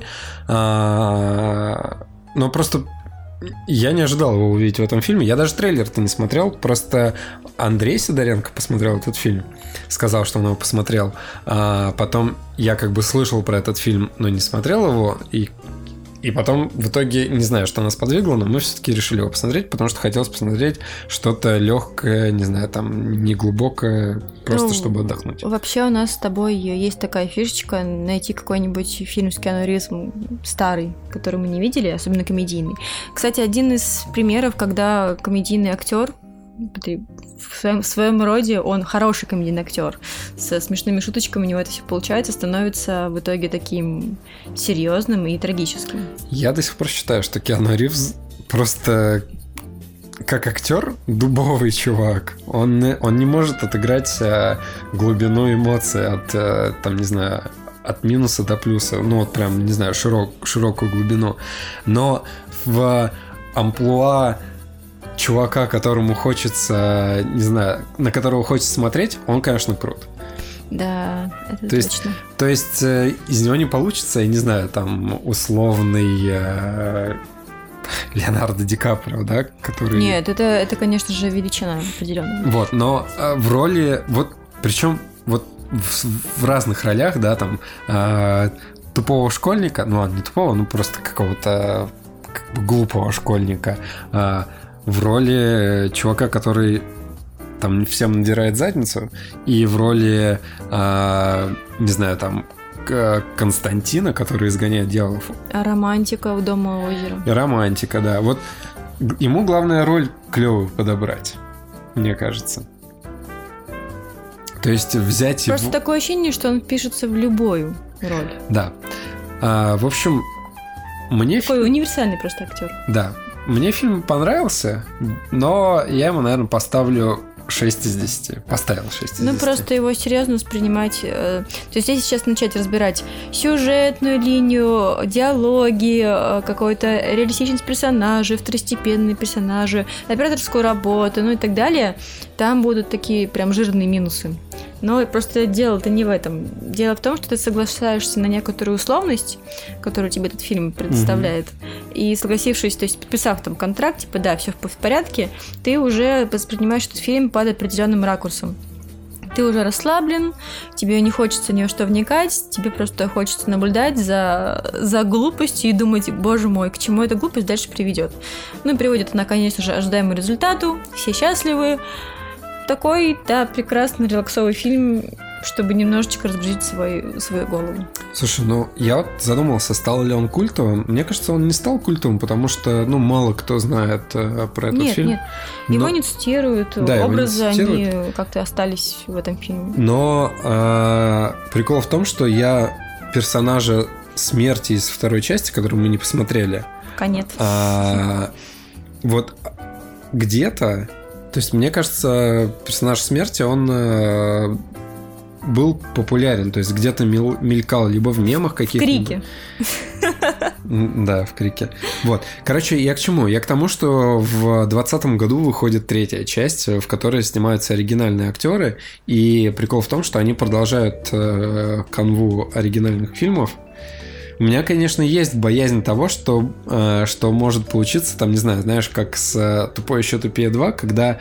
Но просто я не ожидал его увидеть в этом фильме. Я даже трейлер-то не смотрел. Просто Андрей Сидоренко посмотрел этот фильм. Сказал, что он его посмотрел. Потом я как бы слышал про этот фильм, но не смотрел его. И потом в итоге, не знаю, что нас подвигло, но мы все-таки решили его посмотреть, потому что хотелось посмотреть что-то легкое, не знаю, там, не глубокое, просто чтобы отдохнуть. Вообще у нас с тобой есть такая фишечка найти какой-нибудь фильм с Киану Ривзом старый, который мы не видели, особенно комедийный. Кстати, один из примеров, когда комедийный актер в своем роде он хороший комедийный актер. Со смешными шуточками у него это все получается, становится в итоге таким серьезным и трагическим. Я до сих пор считаю, что Киану Ривз просто как актер дубовый чувак. Он не может отыграть глубину эмоций от, там, не знаю, от минуса до плюса. Прям, не знаю, широкую глубину. Но в амплуа чувака, которому хочется, не знаю, на которого хочется смотреть, он, конечно, крут. Да, это точно. То есть из него не получится, я не знаю, там, условный Леонардо Ди Каприо, да, который... Нет, это, конечно же, величина определенная. Вот, но в роли, причем в разных ролях, да, там, тупого школьника, не тупого, просто какого-то как бы глупого школьника, в роли чувака, который там всем надирает задницу, и в роли, не знаю, там, Константина, который изгоняет дьяволов. Романтика в «Дома у озера». Романтика, да. Вот ему главная роль клевую подобрать, мне кажется. То есть взять Просто такое ощущение, что он впишется в любую роль. Да. В общем, мне... Такой универсальный просто актер. Да. Мне фильм понравился, но я ему, наверное, поставлю 6 из 10. Поставил 6 из 10. Просто его серьезно воспринимать. То есть, если сейчас начать разбирать сюжетную линию, диалоги, какой-то реалистичность персонажей, второстепенные персонажи, операторскую работу, и так далее, там будут такие прям жирные минусы. Но просто дело-то не в этом. Дело в том, что ты соглашаешься на некоторую условность, которую тебе этот фильм предоставляет, и согласившись, то есть подписав там контракт, типа, да, все в порядке, ты уже воспринимаешь этот фильм под определенным ракурсом. Ты уже расслаблен, тебе не хочется ни во что вникать, тебе просто хочется наблюдать за глупостью и думать, боже мой, к чему эта глупость дальше приведет. Приводит она, конечно же, ожидаемому результату, все счастливы. Такой, да, прекрасный релаксовый фильм, чтобы немножечко разгрузить свою голову. Слушай, я задумался, стал ли он культовым. Мне кажется, он не стал культовым, потому что, мало кто знает про этот фильм. Нет, его не цитируют, да, образы, они как-то остались в этом фильме. Но прикол в том, что я персонажа смерти из второй части, которую мы не посмотрели. Конец. Вот где-то... То есть, мне кажется, персонаж смерти, он был популярен. То есть, где-то мелькал либо в мемах каких-то. В Крике. Да, в крике. Вот. Короче, я к чему? Я к тому, что в 2020 году выходит 3-я часть, в которой снимаются оригинальные актеры. И прикол в том, что они продолжают канву оригинальных фильмов. У меня, конечно, есть боязнь того, что может получиться, там, не знаю, знаешь, как с «Тупой еще тупее 2», когда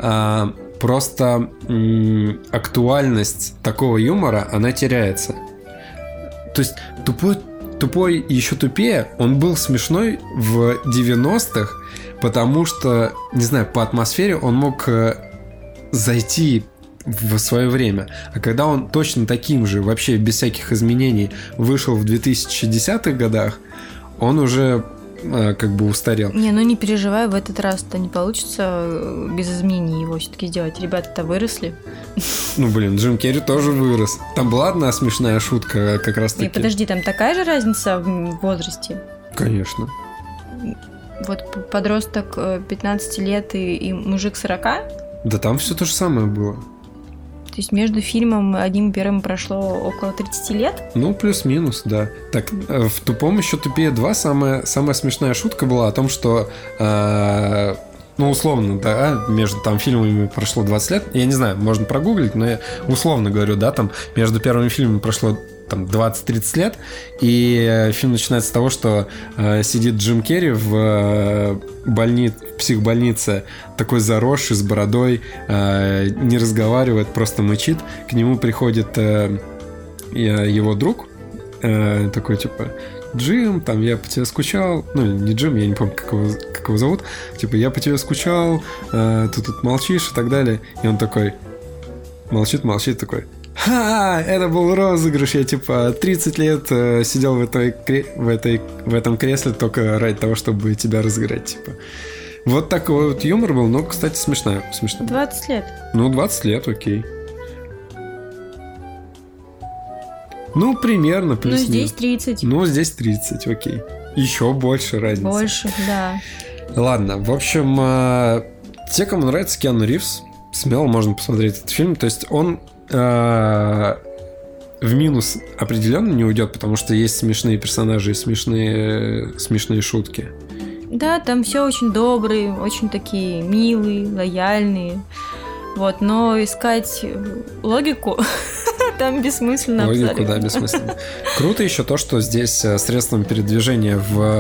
просто актуальность такого юмора, она теряется. То есть «Тупой еще тупее», он был смешной в 90-х, потому что, не знаю, по атмосфере он мог зайти в свое время. А когда он точно таким же, вообще без всяких изменений, вышел в 2010-х годах, он уже как бы устарел. Не, ну не переживай, в этот раз-то не получится без изменений его все-таки сделать. Ребята-то выросли. Ну, блин, Джим Керри тоже вырос. Там была одна смешная шутка как раз-таки. И подожди, там такая же разница в возрасте? Конечно. Вот подросток 15 лет и мужик 40? Да там все то же самое было. То есть между фильмом одним и первым прошло около 30 лет? Ну, плюс-минус, да. Так, в «Тупом еще тупее 2» самая смешная шутка была о том, что, ну, условно, да, между там фильмами прошло 20 лет. Я не знаю, можно прогуглить, но я условно говорю, да, там между первыми фильмами прошло там 20-30 лет, и фильм начинается с того, что сидит Джим Керри в психбольнице, такой заросший, с бородой, не разговаривает, просто мычит. К нему приходит его друг, такой типа: Джим, там, я по тебе скучал. Ну, не Джим, я не помню, как его зовут. Типа, я по тебе скучал, ты тут молчишь и так далее. И он такой молчит, такой: ха, это был розыгрыш, я типа 30 лет сидел в этом кресле только ради того, чтобы тебя разыграть, типа. Вот такой вот юмор был, но, кстати, смешно. 20 лет. Ну, 20 лет, окей. Ну, примерно, плюс-минус. Ну, здесь 30. Ну, здесь 30, окей. Еще больше разницы. Больше, да. Ладно, в общем, те, кому нравится Киану Ривз, смело можно посмотреть этот фильм. То есть он в минус определенно не уйдет, потому что есть смешные персонажи и смешные шутки. Да, там все очень добрые, очень такие милые, лояльные. Вот, но искать логику там бессмысленно. Логику, да, бессмысленно. Круто еще то, что здесь средством передвижения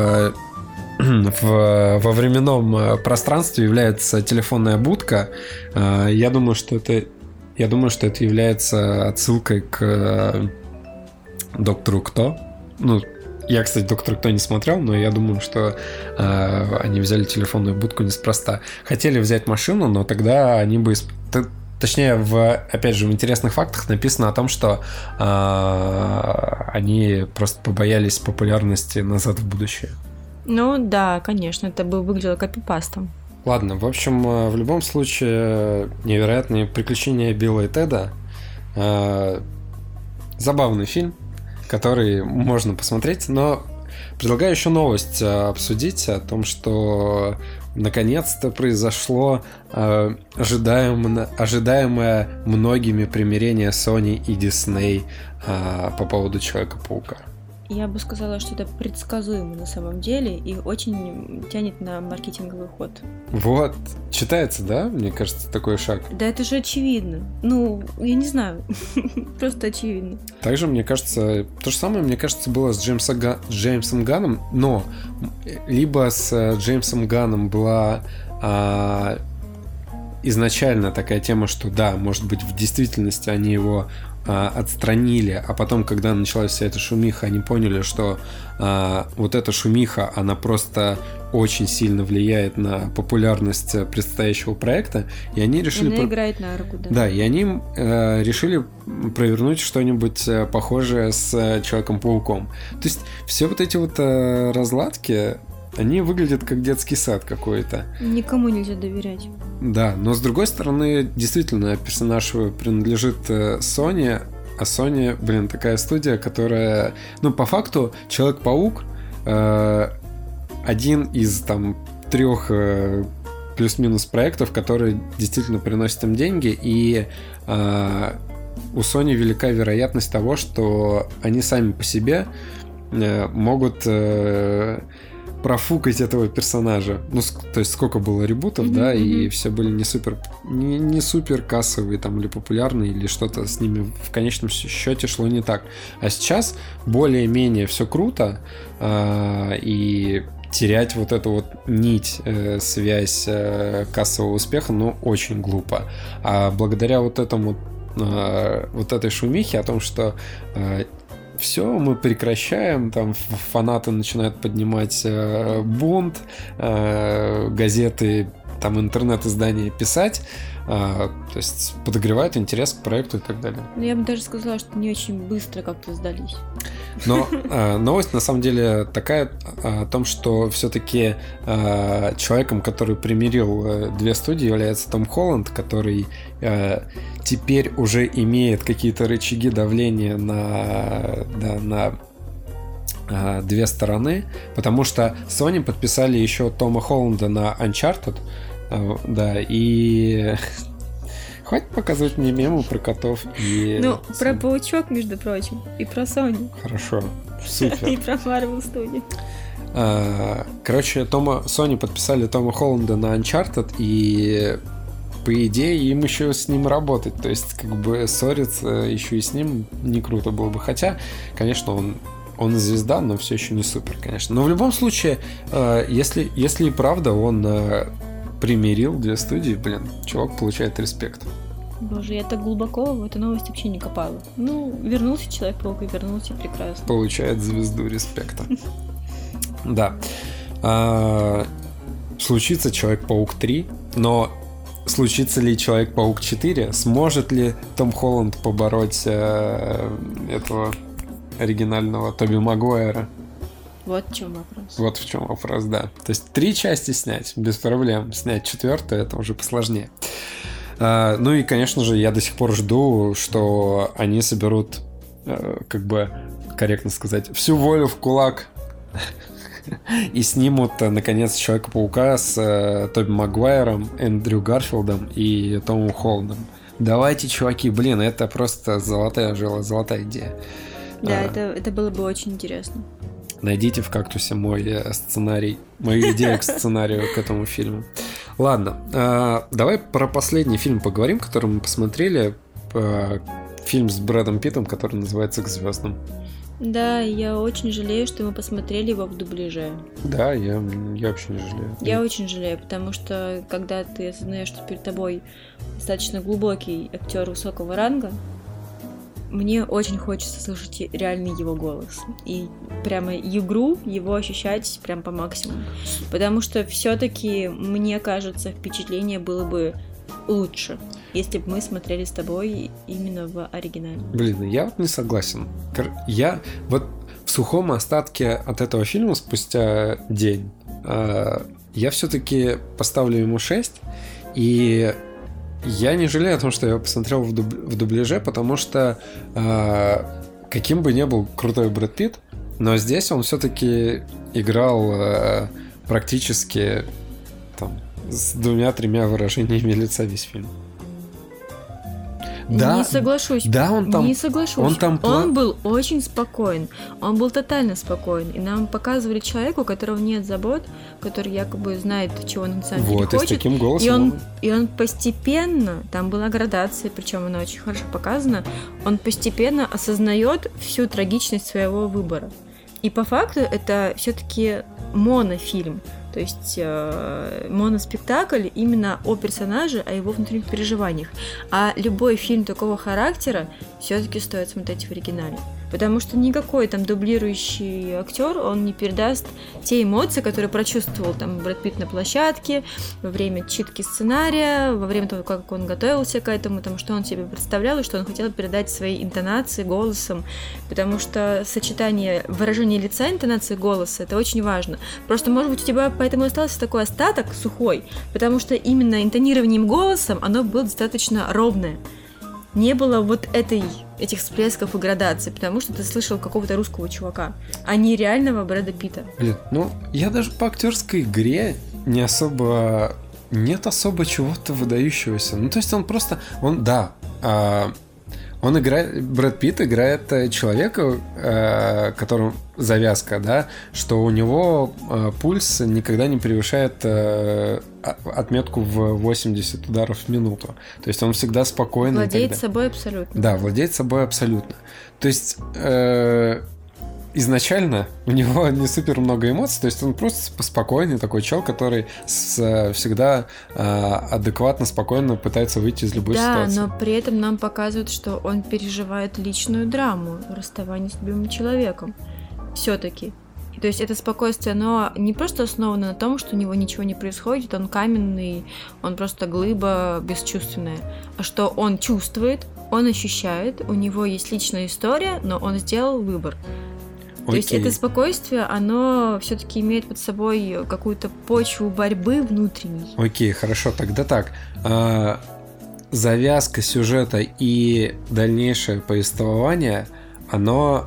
во временном пространстве является телефонная будка. Я думаю, что это является отсылкой к «Доктору Кто». Ну, я, кстати, «Доктора Кто» не смотрел, но я думаю, что они взяли телефонную будку неспроста. Хотели взять машину, но тогда они бы... Точнее, опять же, в интересных фактах написано о том, что они просто побоялись популярности «Назад в будущее». Ну да, конечно, это бы выглядело копипастом. Ладно, в общем, в любом случае, «Невероятные приключения Билла и Теда» забавный фильм, который можно посмотреть, но предлагаю еще новость обсудить о том, что наконец-то произошло ожидаемое многими примирение Sony и Disney по поводу Человека-паука. Я бы сказала, что это предсказуемо на самом деле и очень тянет на маркетинговый ход. Вот, читается, да? Мне кажется, такой шаг. Да это же очевидно. Ну, я не знаю. Просто очевидно. Также, мне кажется, то же самое, мне кажется, было с Джеймсом Ганном, но либо с Джеймсом Ганном была изначально такая тема, что да, может быть, в действительности они его отстранили, а потом, когда началась вся эта шумиха, они поняли, что вот эта шумиха, она просто очень сильно влияет на популярность предстоящего проекта, и они решили... Она играет на руку, да. Да, и они решили провернуть что-нибудь похожее с Человеком-пауком. То есть все вот эти вот разладки, они выглядят как детский сад какой-то. Никому нельзя доверять. Да, но с другой стороны, действительно, персонаж принадлежит Sony, а Sony, блин, такая студия, которая... Ну, по факту, Человек-паук один из, там, 3 плюс-минус проектов, которые действительно приносят им деньги, и у Sony велика вероятность того, что они сами по себе могут профукать этого персонажа. Ну, то есть сколько было ребутов, да, и все были не супер кассовые там или популярные, или что-то с ними в конечном счете шло не так. А сейчас более-менее все круто, и терять вот эту вот нить, связь кассового успеха, ну, очень глупо. А благодаря вот этому, вот этой шумихе о том, что все, мы прекращаем, там фанаты начинают поднимать бунт, газеты, там интернет-издания писать, то есть подогревает интерес к проекту и так далее. Ну, я бы даже сказала, что не очень быстро как-то сдались. Но новость на самом деле такая о том, что все-таки человеком, который примирил две студии, является Том Холланд, который теперь уже имеет какие-то рычаги давления на две стороны, потому что Sony подписали еще Тома Холланда на Uncharted, да, и хватит показывать мне мемы про котов и... Ну, про Паучок, между прочим, и про Sony. Хорошо, супер. И про Marvel Studios. Короче, Sony подписали Тома Холланда на Uncharted, и по идее им еще с ним работать, то есть как бы ссориться еще и с ним не круто было бы, хотя, конечно, он звезда, но все еще не супер, конечно. Но в любом случае, если и правда он примирил две студии, блин, чувак получает респект. Боже, я так глубоко в эту новость вообще не копала. Ну, вернулся Человек-паук и вернулся прекрасно. Получает звезду респекта. Да. Случится Человек-паук 3, но случится ли Человек-паук 4? Сможет ли Том Холланд побороть этого оригинального Тоби Магуайра? Вот в чем вопрос. Вот в чем вопрос, да. То есть 3 части снять без проблем. Снять 4-ю это уже посложнее. Ну и, конечно же, я до сих пор жду, что они соберут, как бы корректно сказать, всю волю в кулак и снимут, наконец, Человека-паука с Тоби Магуайром, Эндрю Гарфилдом и Томом Холландом. Давайте, чуваки, блин, это просто золотая жила, золотая идея. Да, это было бы очень интересно. Найдите в «Кактусе» мой сценарий, мою идею к сценарию к этому фильму. Ладно, давай про последний фильм поговорим, который мы посмотрели. Фильм с Брэдом Питтом, который называется «К звездам». Да, я очень жалею, что мы посмотрели его в дубляже. Да, я вообще не жалею. Я очень жалею, потому что когда ты осознаешь, что перед тобой достаточно глубокий актер высокого ранга, мне очень хочется слышать реальный его голос. И прямо игру его ощущать прям по максимуму. Потому что все-таки, мне кажется, впечатление было бы лучше, если бы мы смотрели с тобой именно в оригинале. Блин, я вот не согласен. Я вот в сухом остатке от этого фильма спустя день я все-таки поставлю ему 6. И я не жалею о том, что я посмотрел в дубляже, потому что каким бы ни был крутой Брэд Питт, но здесь он все-таки играл практически там, с 2-3 выражениями лица весь фильм. Да, не соглашусь. Да, он там. Не соглашусь. Он был очень спокоен. Он был тотально спокоен. И нам показывали человека, у которого нет забот, который якобы знает, чего он на самом деле хочет. Вот, и с таким голосом. И он постепенно, там была градация, причем она очень хорошо показана, он постепенно осознает всю трагичность своего выбора. И по факту это все-таки монофильм. То есть моноспектакль именно о персонаже, о его внутренних переживаниях. А любой фильм такого характера все-таки стоит смотреть в оригинале. Потому что никакой там дублирующий актер, он не передаст те эмоции, которые прочувствовал там Брэд Питт на площадке, во время читки сценария, во время того, как он готовился к этому, там, что он себе представлял и что он хотел передать своей интонацией, голосом. Потому что сочетание выражения лица, интонации голоса, это очень важно. Просто, может быть, у тебя поэтому остался такой остаток сухой, потому что именно интонированием голосом оно было достаточно ровное. Не было вот этих всплесков и градаций, потому что ты слышал какого-то русского чувака, а не реального Брэда Питта. Блин, ну, я даже по актерской игре нет особо чего-то выдающегося. Ну, то есть он просто, Брэд Питт играет человека, которому завязка, да, что у него пульс никогда не превышает отметку в 80 ударов в минуту. То есть он всегда спокойный. Владеет собой абсолютно. Да, владеет собой абсолютно. То есть изначально у него не супер много эмоций, то есть он просто спокойный такой чел, который всегда адекватно, спокойно пытается выйти из любой ситуации. Да, но при этом нам показывают, что он переживает личную драму расставания с любимым человеком. Все-таки. То есть это спокойствие, оно не просто основано на том, что у него ничего не происходит, он каменный, он просто глыба бесчувственная, а что он чувствует, он ощущает, у него есть личная история, но он сделал выбор. То есть это спокойствие, оно все-таки имеет под собой какую-то почву борьбы внутренней. Окей, хорошо, тогда так. Завязка сюжета и дальнейшее повествование, оно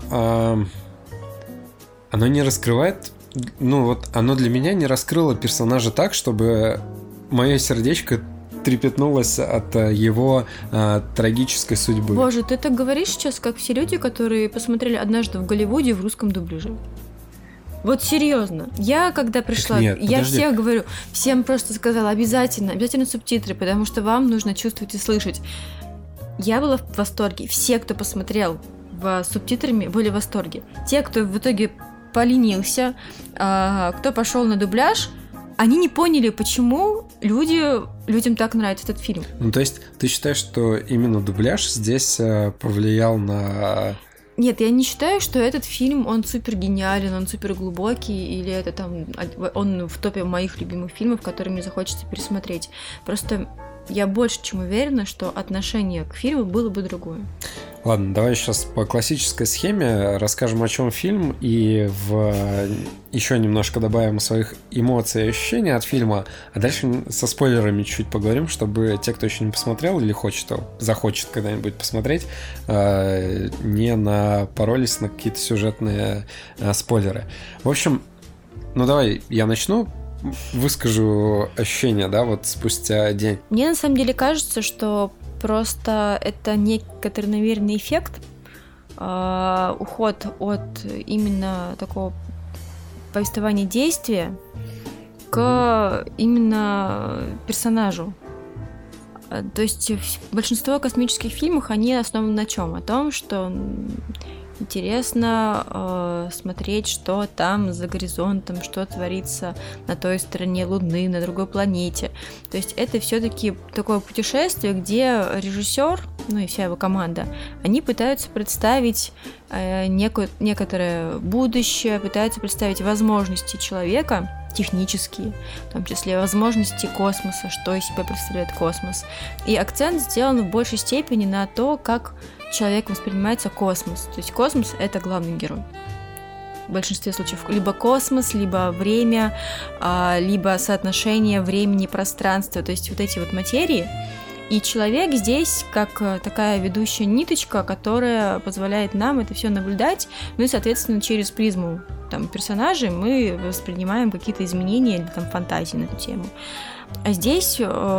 не раскрывает, оно для меня не раскрыло персонажа так, чтобы мое сердечко трепетнулось от его трагической судьбы. Боже, ты так говоришь сейчас, как все люди, которые посмотрели «Однажды в Голливуде» в русском дубляже. Вот серьезно. Я когда пришла, я всем говорю, всем просто сказала, обязательно субтитры, потому что вам нужно чувствовать и слышать. Я была в восторге. Все, кто посмотрел с субтитрами, были в восторге. Те, кто в итоге поленился, кто пошел на дубляж, они не поняли, почему людям так нравится этот фильм. То есть ты считаешь, что именно дубляж здесь повлиял на... Нет, я не считаю, что этот фильм, он супер гениален, он супер глубокий, или это там он в топе моих любимых фильмов, которые мне захочется пересмотреть. Просто я больше чем уверена, что отношение к фильму было бы другое. Ладно, давай сейчас по классической схеме расскажем, о чем фильм, и еще немножко добавим своих эмоций и ощущений от фильма, а дальше со спойлерами чуть поговорим, чтобы те, кто еще не посмотрел или захочет когда-нибудь посмотреть, не напоролись на какие-то сюжетные спойлеры. В общем, давай я начну. Выскажу ощущения, да, вот спустя день. Мне на самом деле кажется, что просто это некоторый намеренный эффект, уход от именно такого повествования действия к именно персонажу. То есть большинство космических фильмов, они основаны на чем? О том, что интересно смотреть, что там за горизонтом, что творится на той стороне Луны, на другой планете. То есть это все-таки такое путешествие, где режиссер, и вся его команда, они пытаются представить некоторое будущее, пытаются представить возможности человека, технические, в том числе возможности космоса, что из себя представляет космос. И акцент сделан в большей степени на то, как человек воспринимается космос. То есть космос — это главный герой. В большинстве случаев либо космос, либо время, либо соотношение времени и пространства. То есть вот эти вот материи. И человек здесь как такая ведущая ниточка, которая позволяет нам это все наблюдать, и, соответственно, через призму персонажей мы воспринимаем какие-то изменения или фантазии на эту тему. А здесь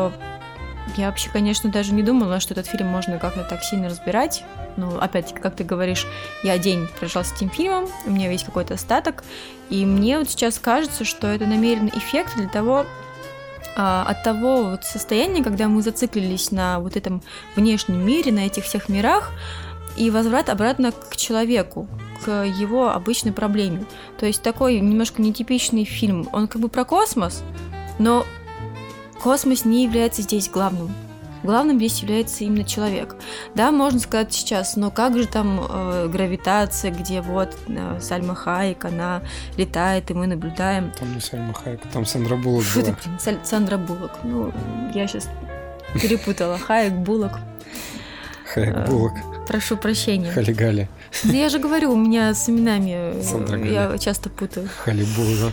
я вообще, конечно, даже не думала, что этот фильм можно как-то так сильно разбирать. Опять-таки, как ты говоришь, я день прожила с этим фильмом, у меня есть какой-то остаток, и мне вот сейчас кажется, что это намеренный эффект для того, от того вот состояния, когда мы зациклились на вот этом внешнем мире, на этих всех мирах, и возврат обратно к человеку, к его обычной проблеме. То есть такой немножко нетипичный фильм. Он как бы про космос, но космос не является здесь главным. Главным здесь является именно человек. Да, можно сказать сейчас, но как же там гравитация, где вот Сальма Хайек, она летает, и мы наблюдаем. Там не Сальма Хайек, там Сандра Буллок была. Сандра Буллок. Я сейчас перепутала. Хайек, Буллок. Хайек, Буллок. Прошу прощения. Хали-Гали. Да я же говорю, у меня с именами Сандра я часто путаю. Хали-Булла.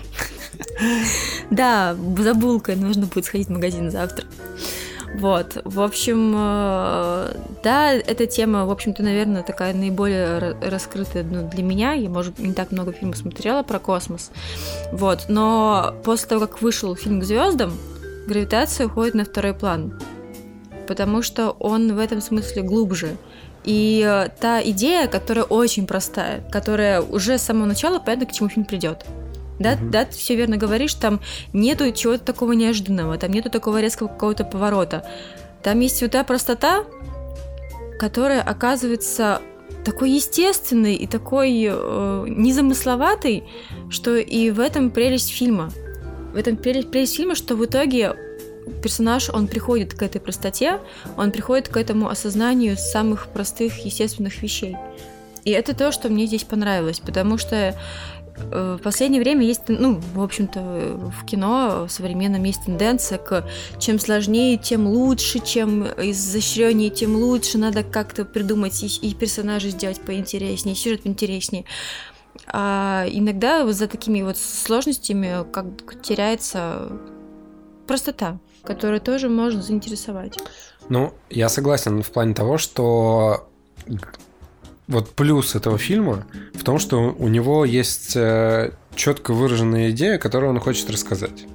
Да, за булкой нужно будет сходить в магазин завтра. Вот, в общем, да, эта тема, в общем-то, наверное, такая наиболее раскрытая для меня. Я, может, не так много фильмов смотрела про космос. Вот, но после того, как вышел фильм «К звездам», гравитация уходит на второй план, потому что он в этом смысле глубже. И та идея, которая очень простая, которая уже с самого начала понятно, к чему фильм придет. Да, да, ты все верно говоришь, там нету чего-то такого неожиданного, там нету такого резкого какого-то поворота. Там есть вот та простота, которая оказывается такой естественной и такой незамысловатой, что и в этом прелесть фильма. В этом прелесть фильма, что в итоге персонаж, он приходит к этой простоте, он приходит к этому осознанию самых простых, естественных вещей. И это то, что мне здесь понравилось, потому что в последнее время есть, ну, в общем-то, в кино в современном есть тенденция к чем сложнее, тем лучше, чем изощреннее, тем лучше, надо как-то придумать и персонажей сделать поинтереснее, и сюжет поинтереснее. А иногда за такими вот сложностями как теряется простота, которая тоже может заинтересовать. Ну, я согласен в плане того, что вот плюс этого фильма в том, что у него есть четко выраженная идея, которую он хочет рассказать.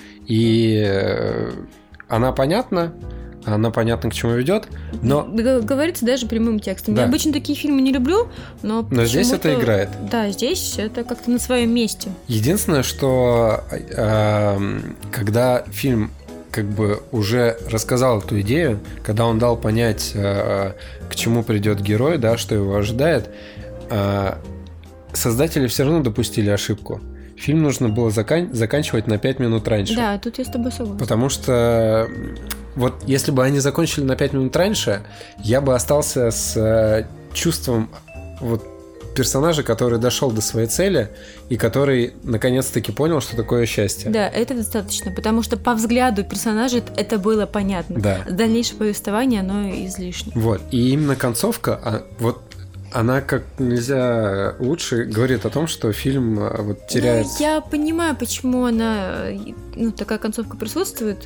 И она понятна, к чему ведет, но... Говорится даже прямым текстом. Да. Я обычно такие фильмы не люблю, но здесь это играет. Да, здесь это как-то на своем месте. Единственное, что когда фильм как бы уже рассказал эту идею, когда он дал понять, к чему придет герой, да, что его ожидает, создатели все равно допустили ошибку. Фильм нужно было заканчивать на 5 минут раньше. Да, тут я с тобой согласна. Потому что вот если бы они закончили на 5 минут раньше, я бы остался с чувством вот персонажа, который дошел до своей цели и который наконец-таки понял, что такое счастье. Да, это достаточно, потому что по взгляду персонажа это было понятно. Да. Дальнейшее повествование, оно излишне. Вот, и именно концовка, вот она как нельзя лучше говорит о том, что фильм вот теряет... Ну, я понимаю, почему она, такая концовка присутствует.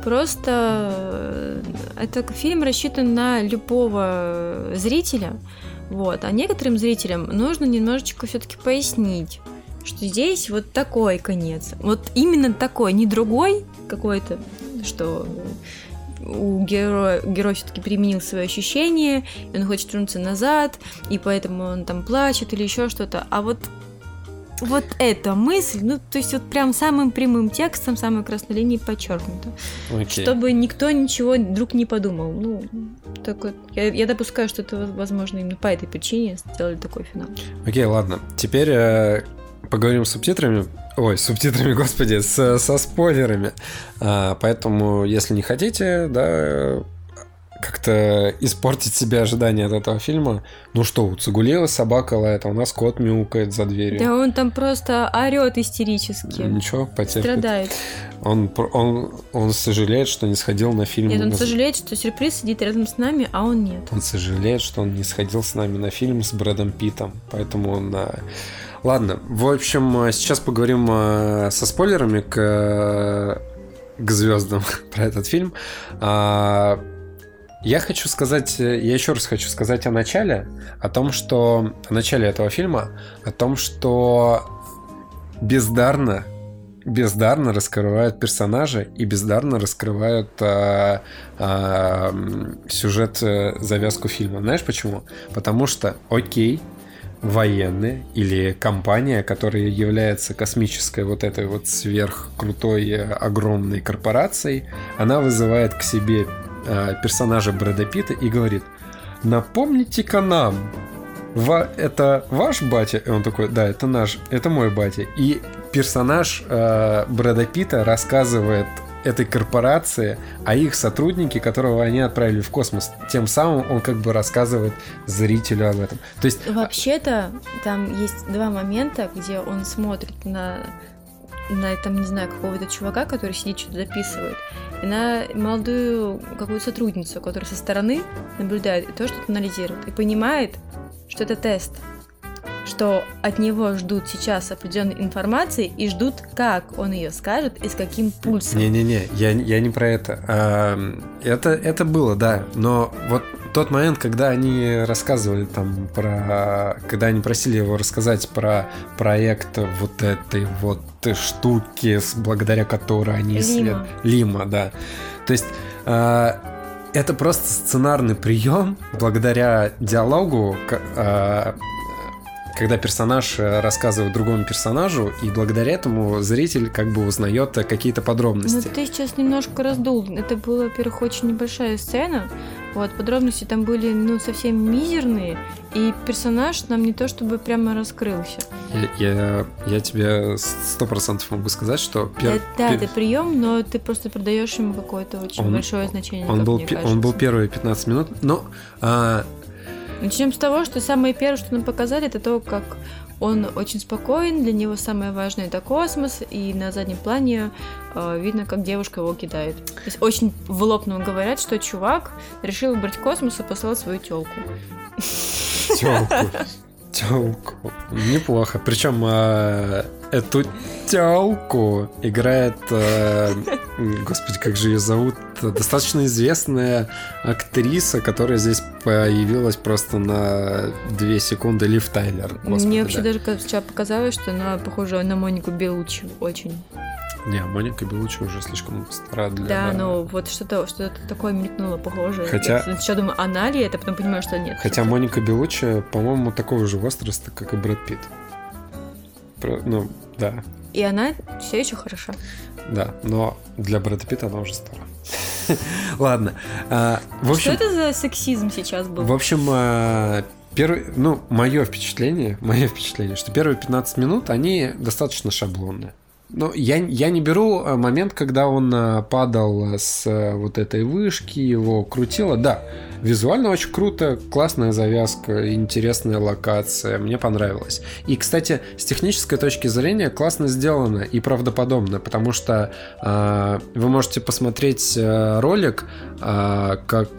Просто это фильм рассчитан на любого зрителя. Вот. А некоторым зрителям нужно немножечко все-таки пояснить, что здесь вот такой конец. Вот именно такой, не другой какой-то, что у героя все-таки применил свои ощущения, и он хочет вернуться назад, и поэтому он там плачет или еще что-то. А вот эта мысль, то есть вот прям самым прямым текстом, самой красной линией подчеркнуто. Чтобы никто ничего вдруг не подумал. Так вот, я допускаю, что это, возможно, именно по этой причине сделали такой финал. Окей, ладно. Теперь поговорим с субтитрами. Ой, с субтитрами, господи, со спойлерами. Поэтому, если не хотите, да, как-то испортить себе ожидания от этого фильма. Ну что, у Цигулиева собака лает, а у нас кот мяукает за дверью. Да он там просто орёт истерически. Ничего, потерпит. Страдает. Он сожалеет, что не сходил на фильм. Нет, он сожалеет, что сюрприз сидит рядом с нами, а он нет. Он сожалеет, что он не сходил с нами на фильм с Брэдом Питтом. Поэтому он... Ладно, в общем, сейчас поговорим со спойлерами к звездам про этот фильм. Я еще раз хочу сказать о начале этого фильма, о том, что бездарно раскрывают персонажа и бездарно раскрывают сюжет, завязку фильма. Знаешь почему? Потому что, окей, военные или компания, которая является космической вот этой вот сверхкрутой огромной корпорацией, она вызывает к себе персонажа Брэда Питта и говорит: напомните-ка нам, это ваш батя? И он такой: да, это мой батя. И персонаж Брэда Питта рассказывает этой корпорации о их сотруднике, которого они отправили в космос. Тем самым он как бы рассказывает зрителю об этом. То есть... Вообще-то там есть два момента, где он смотрит на там, не знаю, какого-то чувака, который сидит, что-то записывает, и на молодую какую-то сотрудницу, которая со стороны наблюдает и тоже что-то анализирует, и понимает, что это тест, что от него ждут сейчас определенной информации и ждут, как он ее скажет и с каким пульсом. Не-не-не, я не про это. Это было, да, но вот тот момент, когда они рассказывали там когда они просили его рассказать про проект вот этой вот штуки, благодаря которой они исследуют. Лима, да. То есть это просто сценарный прием, благодаря диалогу, когда персонаж рассказывает другому персонажу, и благодаря этому зритель как бы узнает какие-то подробности. Ну, ты сейчас немножко раздул. Это была, во-первых, очень небольшая сцена. Вот, подробности там были, совсем мизерные, и персонаж нам не то чтобы прямо раскрылся. Я тебе 100% могу сказать, что... это прием, но ты просто придаешь ему какое-то очень большое значение, он был первые 15 минут, но... Начнем с того, что самое первое, что нам показали, это то, как он очень спокоен, для него самое важное — это космос, и на заднем плане видно, как девушка его кидает. То есть очень в лоб нам говорят, что чувак решил выбрать космос и послал свою тёлку. Тёлку. Неплохо. Причем эту тёлку играет, господи, как же ее зовут, достаточно известная актриса, которая здесь появилась просто на 2 секунды, Лив Тайлер. Господи, мне вообще даже показалось, что она похожа на Монику Белуччи очень. Не, Моника Белуччи уже слишком стара для... Да, но вот что-то такое мелькнуло похожее. Хотя... Я сначала думаю, она ли это, потом понимаю, что нет. Хотя Моника Белуччи, по-моему, такого же возраста, как и Брэд Питт. Да. И она все еще хороша. Да, но для Брэда Питта она уже стара. Ладно. В общем, что это за сексизм сейчас был? В общем, мое впечатление, что первые 15 минут, они достаточно шаблонные. Но я не беру момент, когда он падал с вот этой вышки, его крутило. Да, визуально очень круто, классная завязка, интересная локация, мне понравилось. И, кстати, с технической точки зрения классно сделано и правдоподобно, потому что вы можете посмотреть ролик, как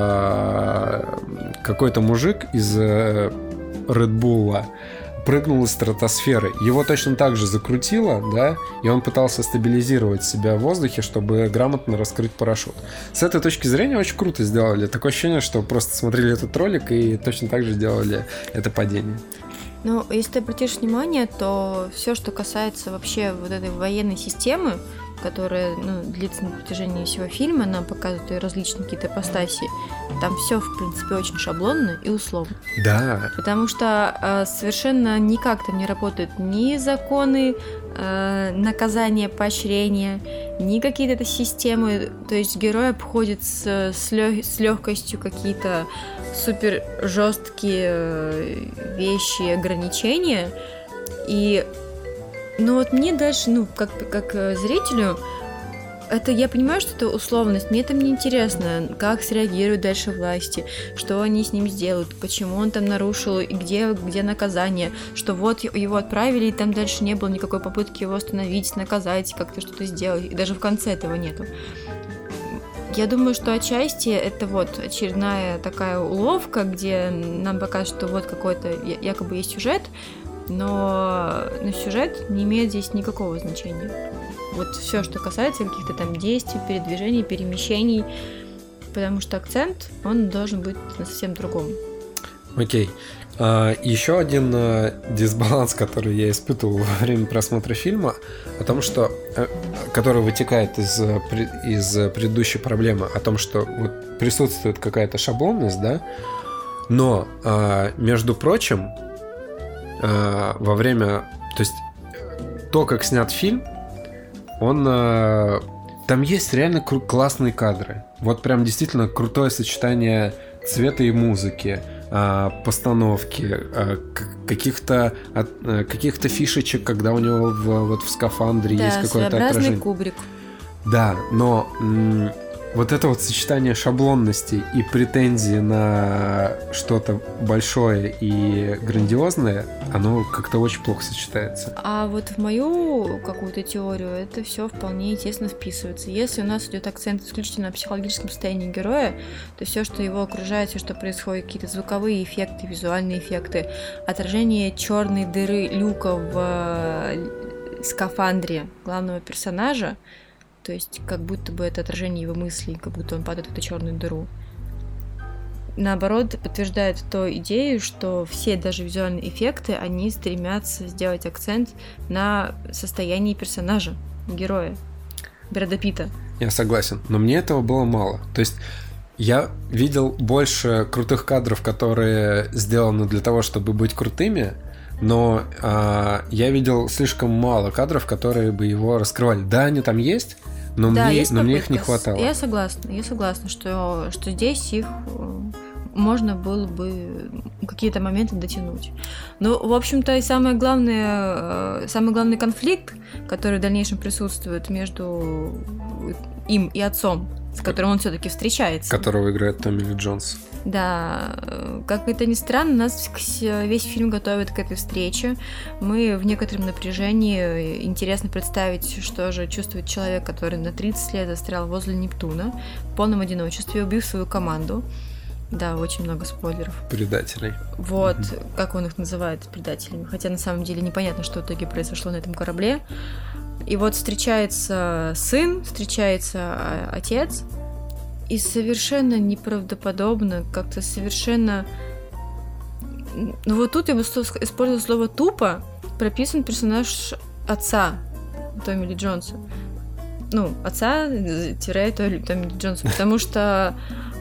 какой-то мужик из Red Bull прыгнул из стратосферы. Его точно так же закрутило, да, и он пытался стабилизировать себя в воздухе, чтобы грамотно раскрыть парашют. С этой точки зрения очень круто сделали. Такое ощущение, что просто смотрели этот ролик и точно так же делали это падение. Ну, если ты обратишь внимание, то все, что касается вообще вот этой военной системы, которая длится на протяжении всего фильма, нам показывают ее различные какие-то ипостаси, там все, в принципе, очень шаблонно и условно. Да. Потому что совершенно никак там не работают ни законы наказания, поощрения, ни какие-то системы. То есть герой обходит с легкостью какие-то супер жесткие вещи, ограничения. И вот мне дальше, как зрителю, это я понимаю, что это условность, мне там не интересно, как среагируют дальше власти, что они с ним сделают, почему он там нарушил, и где наказание, что вот его отправили, и там дальше не было никакой попытки его остановить, наказать, как-то что-то сделать, и даже в конце этого нету. Я думаю, что отчасти это вот очередная такая уловка, где нам покажут, что вот какой-то якобы есть сюжет, но сюжет не имеет здесь никакого значения. Вот все, что касается каких-то там действий, передвижений, перемещений, потому что акцент, он должен быть на совсем другом. Окей. Еще один дисбаланс, который я испытывал во время просмотра фильма, о том, что, который вытекает из предыдущей проблемы, о том, что вот присутствует какая-то шаблонность, да, но, между прочим, во время, то есть то, как снят фильм, он там есть реально классные кадры. Вот прям действительно крутое сочетание цвета и музыки, постановки, каких-то фишечек, когда у него в скафандре есть какое-то отражение. Кубрик. Да, но вот это вот сочетание шаблонности и претензии на что-то большое и грандиозное, оно как-то очень плохо сочетается. А вот в мою какую-то теорию это все вполне естественно вписывается. Если у нас идет акцент исключительно на психологическом состоянии героя, то все, что его окружает, все, что происходит, какие-то звуковые эффекты, визуальные эффекты, отражение черной дыры люка в скафандре главного персонажа, то есть как будто бы это отражение его мыслей, как будто он падает в эту черную дыру. Наоборот, подтверждает ту идею, что все даже визуальные эффекты, они стремятся сделать акцент на состоянии персонажа, героя, Брэда Питта. Я согласен, но мне этого было мало. То есть Я видел больше крутых кадров, которые сделаны для того, чтобы быть крутыми, но я видел слишком мало кадров, которые бы его раскрывали. Да, они там есть, но мне их не хватало. Я согласна, что здесь их можно было бы какие-то моменты дотянуть. Ну, в общем-то, и самый главный конфликт, который в дальнейшем присутствует между им и отцом, с которым он все-таки встречается. Которого играет Томми Ли Джонс. Да, как это ни странно, нас весь фильм готовит к этой встрече. Мы в некотором напряжении. Интересно представить, что же чувствует человек, который на 30 лет застрял возле Нептуна, в полном одиночестве, убив свою команду. Да, очень много спойлеров. Предателей. Вот, как он их называет, предателями. Хотя на самом деле непонятно, что в итоге произошло на этом корабле. И вот встречается сын, встречается отец, и совершенно неправдоподобно, как-то совершенно... Ну вот тут я бы использовала слово «тупо», прописан персонаж отца Томми Ли Джонса. Ну, отца-Томми Ли Джонса, потому что...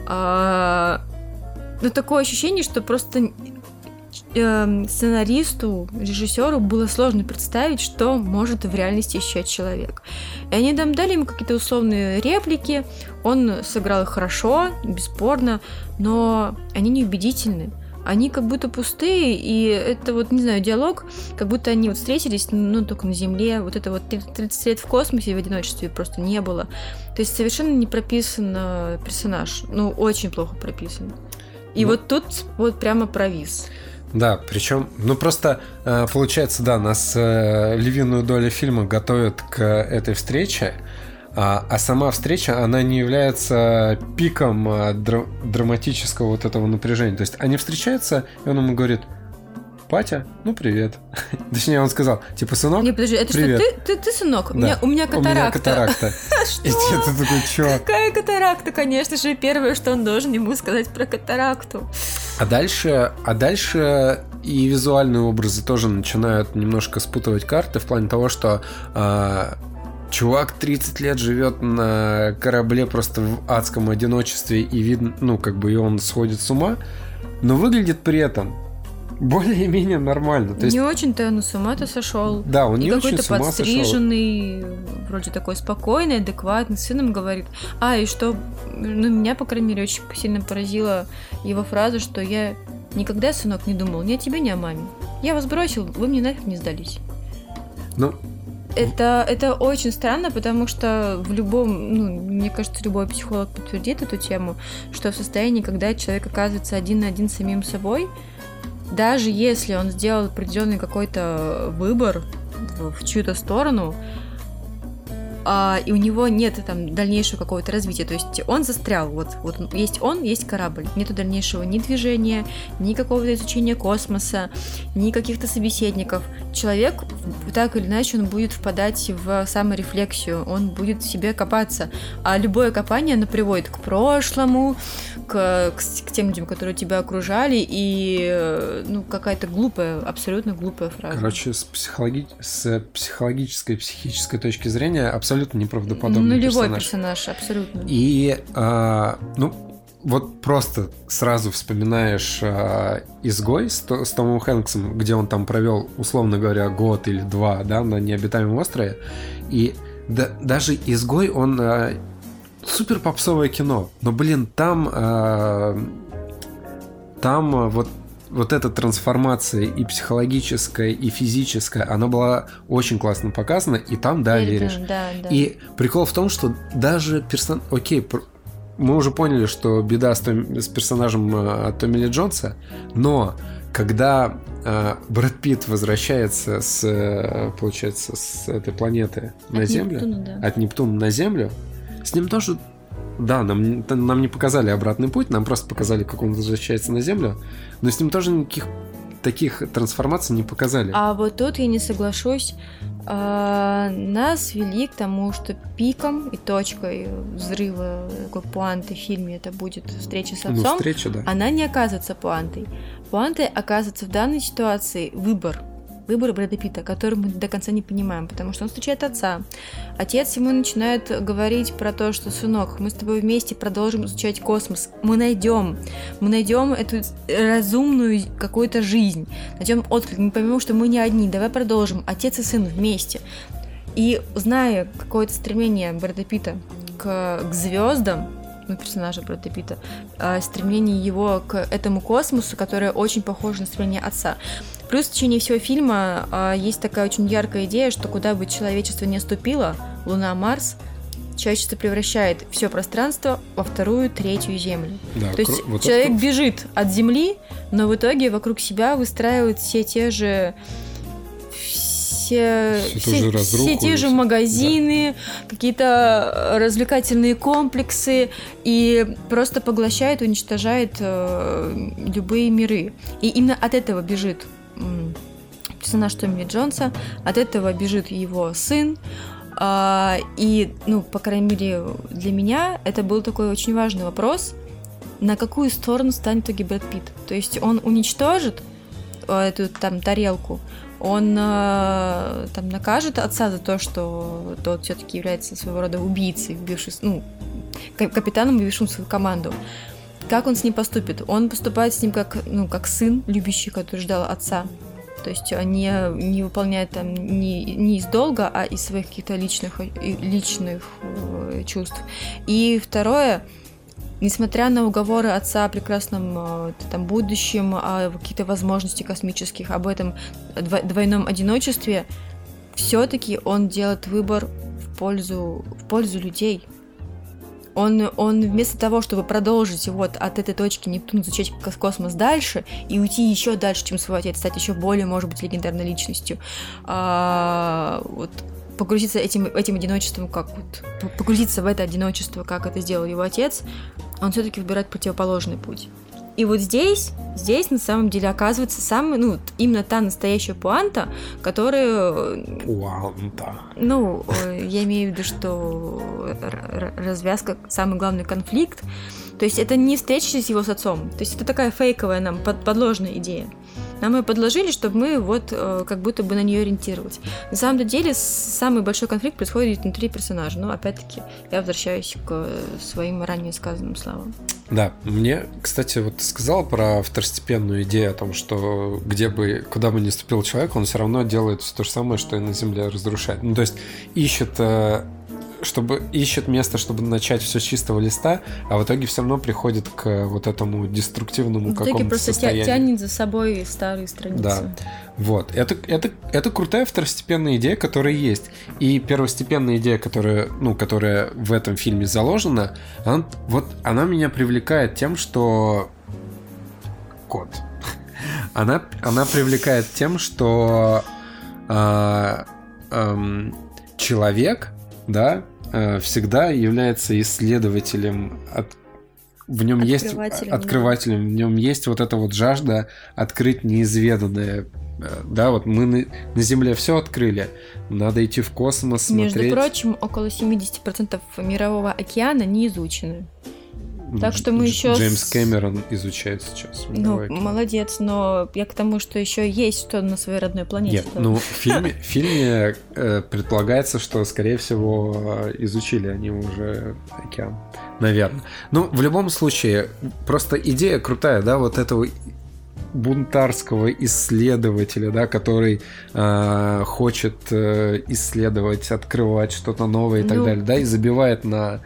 Ну, такое ощущение, что просто сценаристу, режиссеру было сложно представить, что может в реальности ощущать человек. И они там дали ему какие-то условные реплики, он сыграл их хорошо, бесспорно, но они неубедительны. Они как будто пустые, и это вот, не знаю, диалог, как будто они вот встретились, ну, только на Земле, вот это вот 30 лет в космосе в одиночестве просто не было. То есть совершенно не прописан персонаж, ну, очень плохо прописан. И вот тут вот прямо провис. Да, причем, ну просто получается, да, нас львиную долю фильма готовят к этой встрече, а сама встреча, она не является пиком драматического вот этого напряжения. То есть они встречаются, и он ему говорит: «Патя, ну привет». Точнее, он сказал, типа: «Сынок, не, подожди, это привет». Что, ты сынок? Да. У меня катаракта. И ты такой: «Чё?» Какая катаракта? Конечно же, первое, что он должен ему сказать про катаракту. А дальше и визуальные образы тоже начинают немножко спутывать карты в плане того, что чувак 30 лет живет на корабле просто в адском одиночестве, и видно, ну, как бы и он сходит с ума, но выглядит при этом более-менее нормально. То есть... Не очень-то он с ума-то сошел. Да, он не очень с ума сошел. Какой-то подстриженный, вроде такой спокойный, адекватный, с сыном говорит. И что, ну, меня, по крайней мере, очень сильно поразила его фраза, что я никогда, сынок, не думал ни о тебе, ни о маме. Я вас бросил, вы мне нафиг не сдались. Ну... Это очень странно, потому что в любом, ну, мне кажется, любой психолог подтвердит эту тему, что в состоянии, когда человек оказывается один на один с самим собой, даже если он сделал определенный какой-то выбор в чью-то сторону, и у него нет там дальнейшего какого-то развития, то есть он застрял, вот есть корабль, нету дальнейшего ни движения, ни какого-то изучения космоса, ни каких-то собеседников. Человек, так или иначе, он будет впадать в саморефлексию, он будет в себе копаться, а любое копание, оно приводит к прошлому, к тем людям, которые тебя окружали, и, ну, какая-то глупая, абсолютно глупая фраза. Короче, с психологической, психической точки зрения абсолютно неправдоподобный персонаж, абсолютно. И, ну, вот просто сразу вспоминаешь «Изгой» с Томом Хэнксом, где он там провел, условно говоря, год или два, да, на необитаемом острове. И даже «Изгой», он супер попсовое кино, но, блин, там вот эта трансформация и психологическая, и физическая, она была очень классно показана, и там, да, веришь. Да. И прикол в том, что даже Окей, мы уже поняли, что беда с персонажем Томми Ли Джонса, но когда Брэд Питт возвращается получается, с этой планеты на Землю, от Нептуна на Землю, с ним тоже... Да, нам не показали обратный путь, нам просто показали, как он возвращается на Землю, но с ним тоже никаких таких трансформаций не показали. А вот тут я не соглашусь. Нас вели к тому, что пиком и точкой взрыва, такой пуанты в фильме, это будет встреча с отцом. Ну, встреча, да. Она не оказывается пуантой. Пуантой оказывается в данной ситуации выбор. Выбор Брэда Питта, который мы до конца не понимаем, потому что он встречает отца. Отец ему начинает говорить про то, что, сынок, мы с тобой вместе продолжим изучать космос. Мы найдем эту разумную какую-то жизнь. Найдем отклик, мы поймем, что мы не одни. Давай продолжим. Отец и сын вместе. И зная какое-то стремление Брэда Питта к звездам, персонажа Брэда Питта, стремление его к этому космосу, которое очень похоже на стремление отца. Плюс в течение всего фильма есть такая очень яркая идея, что куда бы человечество ни ступило, Луна, Марс, человечество превращает все пространство во вторую, третью Землю. Да, то есть вот человек бежит от Земли, но в итоге вокруг себя выстраивают все те же магазины, да, какие-то развлекательные комплексы, и просто поглощает, уничтожает любые миры. И именно от этого бежит персонаж Томми Ли Джонса, от этого бежит его сын. И, по крайней мере, для меня это был такой очень важный вопрос, на какую сторону станет в итоге Брэд Питт. То есть он уничтожит эту там тарелку, он там накажет отца за то, что тот все-таки является своего рода убийцей, капитаном, убившим свою команду. Как он с ним поступит? Он поступает с ним как сын, любящий, который ждал отца. То есть не выполняет там не из долга, а из своих каких-то личных чувств. И второе, несмотря на уговоры отца о прекрасном там будущем, о каких-то возможностях космических, об этом двойном одиночестве, все-таки он делает выбор в пользу людей. Он вместо того, чтобы продолжить от этой точки Нептуна изучать космос дальше и уйти еще дальше, чем свой отец, стать еще более, может быть, легендарной личностью, погрузиться этим одиночеством, погрузиться в это одиночество, как это сделал его отец, он все-таки выбирает противоположный путь. И вот здесь на самом деле оказывается именно та настоящая пуанта, которая... Пуанта. Я имею в виду, что развязка, самый главный конфликт. То есть это не встреча с его отцом. То есть это такая фейковая нам подложная идея. Нам ее подложили, чтобы мы как будто бы на нее ориентировались. На самом деле самый большой конфликт происходит внутри персонажа. Но опять-таки я возвращаюсь к своим ранее сказанным словам. Да, мне, кстати, ты сказала про второстепенную идею о том, что куда бы ни ступил человек, он все равно делает все то же самое, что и на Земле, разрушает. То есть ищет место, чтобы начать все с чистого листа, а в итоге все равно приходит к этому деструктивному какому-то состоянию. В итоге просто тянет за собой старые страницы. Да. Это крутая второстепенная идея, которая есть. И первостепенная идея, которая в этом фильме заложена, она меня привлекает тем, что... Кот. Она привлекает тем, что человек, да, всегда является исследователем, в нем есть открывателем, в нем есть эта жажда открыть неизведанное. Да, мы на Земле все открыли, надо идти в космос, смотреть. Между прочим, около 70% мирового океана не изучены. Так что мы еще... Джеймс Кэмерон изучает сейчас. Молодец, но я к тому, что еще есть что на своей родной планете. Нет, в фильме предполагается, что, скорее всего, изучили они уже океан. Наверное. В любом случае, просто идея крутая, да, этого бунтарского исследователя, да, который хочет исследовать, открывать что-то новое и так далее, да, и забивает на...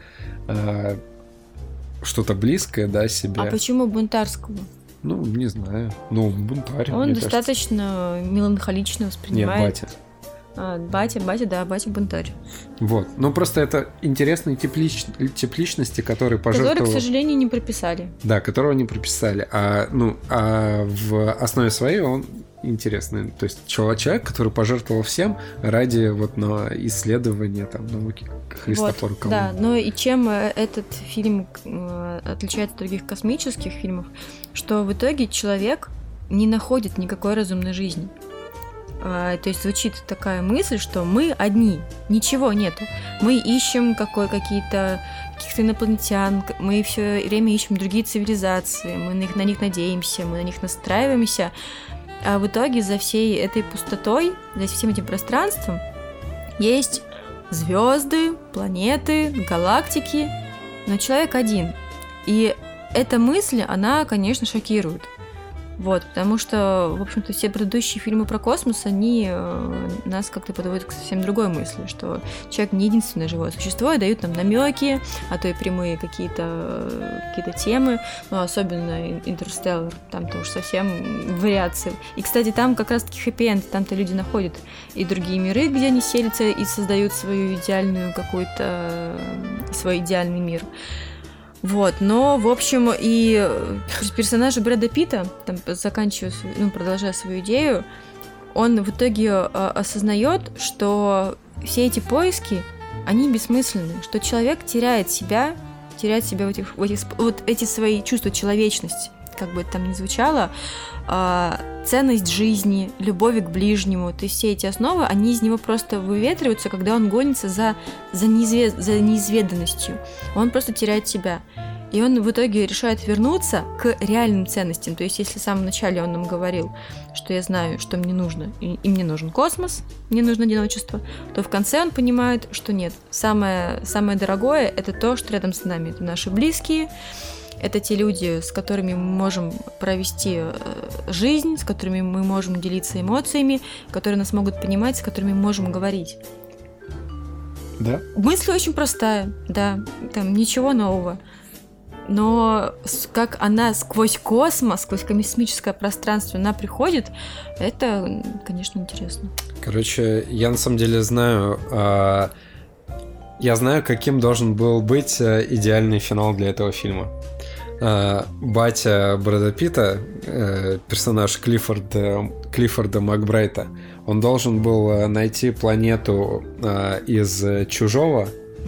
что-то близкое, да, себе. А почему бунтарского? Не знаю. Бунтарь. Он достаточно меланхолично воспринимает. Нет, батя, батя бунтарь. Просто это интересные тип личности, которые пожертвовал... Который, к сожалению, не прописали. Да, которого не прописали. А в основе своей он интересный. То есть человек, который пожертвовал всем ради на исследование науки Христофора Колумба. Да, и чем этот фильм отличается от других космических фильмов, что в итоге человек не находит никакой разумной жизни. То есть звучит такая мысль, что мы одни, ничего нету. Мы ищем каких-то инопланетян, мы все время ищем другие цивилизации, мы на них надеемся, мы на них настраиваемся. А в итоге за всей этой пустотой, за всем этим пространством есть звезды, планеты, галактики, но человек один. И эта мысль, она, конечно, шокирует. Вот, потому что, в общем-то, все предыдущие фильмы про космос, они нас как-то подводят к совсем другой мысли, что человек не единственное живое существо, и дают нам намеки, а то и прямые какие-то темы, ну, особенно Интерстеллар, там-то уж совсем вариации. И, кстати, там как раз-таки хэппи-энд, там-то люди находят и другие миры, где они селятся и создают свою идеальную какую-то, свой идеальный мир. Вот, но, в общем, и персонаж Брэда Питта, там, продолжая свою идею, он в итоге осознает, что все эти поиски, они бессмысленны, что человек теряет себя в эти свои чувства человечности, как бы это там ни звучало, ценность жизни, любовь к ближнему, то есть все эти основы, они из него просто выветриваются, когда он гонится за неизведанностью. Он просто теряет себя. И он в итоге решает вернуться к реальным ценностям. То есть если в самом начале он нам говорил, что я знаю, что мне нужно, и мне нужен космос, мне нужно одиночество, то в конце он понимает, что нет. Самое дорогое — это то, что рядом с нами. Это наши близкие, это те люди, с которыми мы можем провести жизнь, с которыми мы можем делиться эмоциями, которые нас могут понимать, с которыми мы можем говорить. Да? Мысль очень простая, да, там ничего нового. Но как она сквозь космос, сквозь космическое пространство она приходит, это, конечно, интересно. Короче, я на самом деле знаю... Я знаю, каким должен был быть идеальный финал для этого фильма. Батя Брэда Питта, персонаж Клиффорда Макбрайта, он должен был найти планету из «Чужого»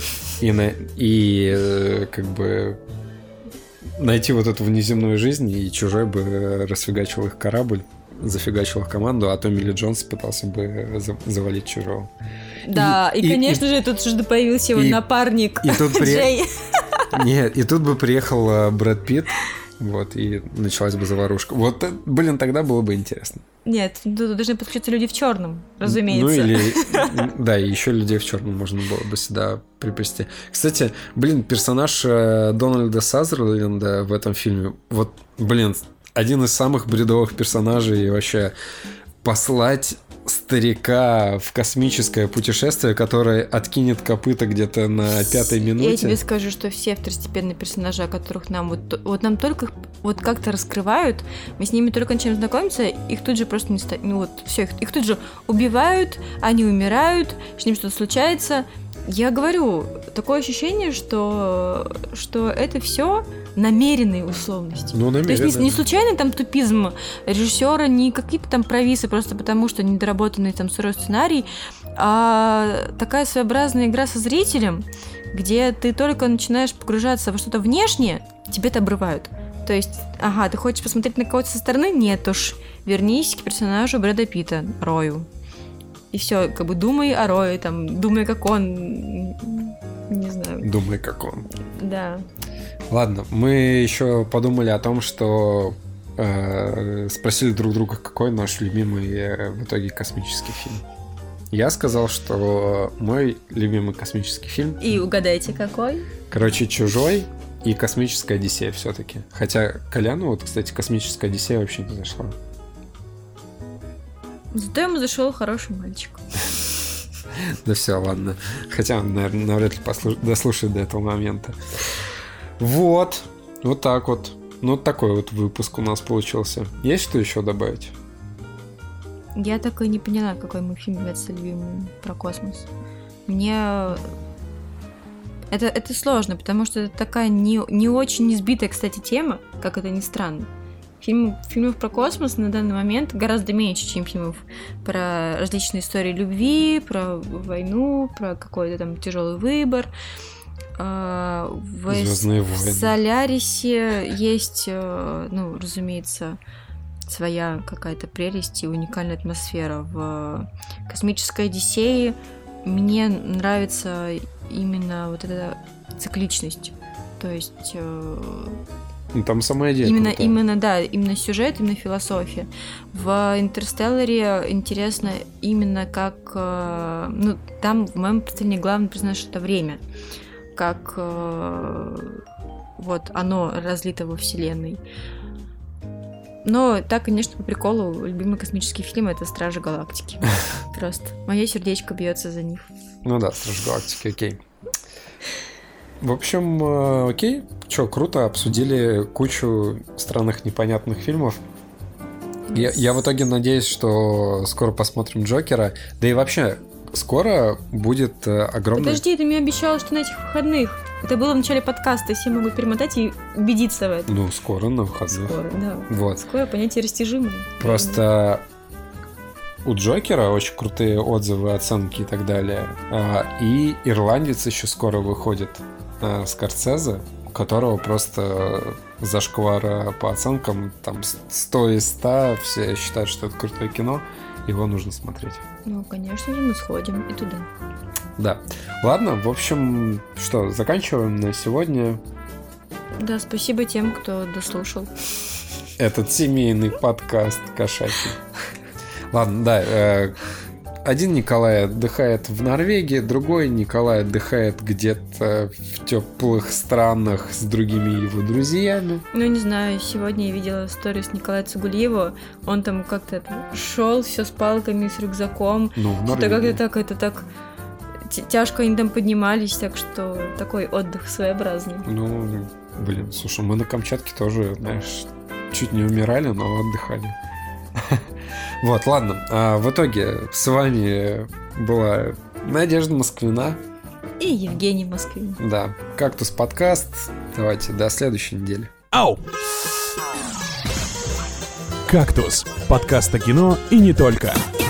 и как бы найти вот эту внеземную жизнь, и «Чужой» бы расфигачил их корабль, зафигачил их команду, а Томми Ли Джонс пытался бы завалить «Чужого». Да, и конечно же, тут же появился его напарник Джей. Нет, и тут бы приехал Брэд Питт, вот, и началась бы заварушка. Вот, блин, тогда было бы интересно. Нет, тут должны подключиться люди в черном, разумеется. Ну или, да, и еще людей в черном можно было бы сюда приплести. Кстати, блин, персонаж Дональда Сазерленда в этом фильме, вот, блин, один из самых бредовых персонажей, и вообще послать старика в космическое путешествие, которое откинет копыта где-то на 5-й минуте. Я тебе скажу, что все второстепенные персонажи, о которых нам вот нам только вот как-то раскрывают, мы с ними только начинаем знакомиться, их тут же просто не стоит. Ну вот, все, их тут же убивают, они умирают, с ним что-то случается. Я говорю, такое ощущение, что это все намеренные условности. Ну, намеренно. То есть не случайный там тупизм режиссера, не какие-то там провисы просто потому, что недоработанный там сырой сценарий, а такая своеобразная игра со зрителем, где ты только начинаешь погружаться во что-то внешнее, тебе это обрывают. То есть, ага, ты хочешь посмотреть на кого-то со стороны? Нет уж, вернись к персонажу Брэда Питта, Рою. И все, как бы думай о Рое, там, думай, как он, не знаю. Думай, как он. Да. Ладно, мы еще подумали о том, что спросили друг друга, какой наш любимый в итоге космический фильм. Я сказал, что мой любимый космический фильм... И угадайте, какой? Короче, «Чужой» и «Космическая Одиссея» все-таки. Хотя Коляну, вот, кстати, «Космическая Одиссея» вообще не зашла. Зато ему зашел хороший мальчик. Да все, ладно. Хотя он, наверное, навряд ли дослушает до этого момента. Вот так вот. Ну, такой вот выпуск у нас получился. Есть что еще добавить? Я так и не поняла, какой мой фильм является любимым про космос. Мне... Это сложно, потому что это такая не очень избитая, кстати, тема, как это ни странно. Фильмов про космос на данный момент гораздо меньше, чем фильмов про различные истории любви, про войну, про какой-то там тяжелый выбор. Звездные войны. В «Солярисе» есть, ну, разумеется, своя какая-то прелесть и уникальная атмосфера. В «Космической Одиссее» мне нравится именно вот эта цикличность. То есть Ну, там сама идея именно сюжет, именно философия. В «Интерстелларе» интересно именно как... ну, там в моем представлении главный персонаж — это время. Как вот оно разлито во вселенной. Но так, конечно, по приколу, любимый космический фильм — это «Стражи Галактики». Просто мое сердечко бьется за них. Ну да, «Стражи Галактики», окей. В общем, окей. Чё, круто, обсудили кучу странных, непонятных фильмов. Я в итоге надеюсь, что скоро посмотрим «Джокера». Да и вообще, скоро будет огромный... Подожди, ты мне обещала, что на этих выходных. Это было в начале подкаста, все могут перемотать и убедиться в этом. Ну, скоро на выходных. Скоро, да. Вот. Скоро, понятие растяжимое. Просто у «Джокера» очень крутые отзывы, оценки и так далее. И «Ирландец» еще скоро выходит, Скорсезе, у которого просто зашквар по оценкам, там 100 из 100, все считают, что это крутое кино, его нужно смотреть. Ну, конечно же, мы сходим и туда. Да. Ладно, в общем, что, заканчиваем на сегодня. Да, спасибо тем, кто дослушал. Этот семейный подкаст кошачий. Ладно, да. Один Николай отдыхает в Норвегии, другой Николай отдыхает где-то в теплых странах с другими его друзьями. Ну, не знаю, сегодня я видела сторис Николая Цугулиева. Он там как-то шел все с палками, с рюкзаком. Ну, в что-то Норвегии. как-то так тяжко они там поднимались, так что такой отдых своеобразный. Ну, блин, слушай, мы на Камчатке тоже, знаешь, чуть не умирали, но отдыхали. Вот, ладно. В итоге с вами была Надежда Москвина и Евгений Москвин. Да, «Кактус подкаст». Давайте до следующей недели. Ау! «Кактус» — подкаст о кино и не только.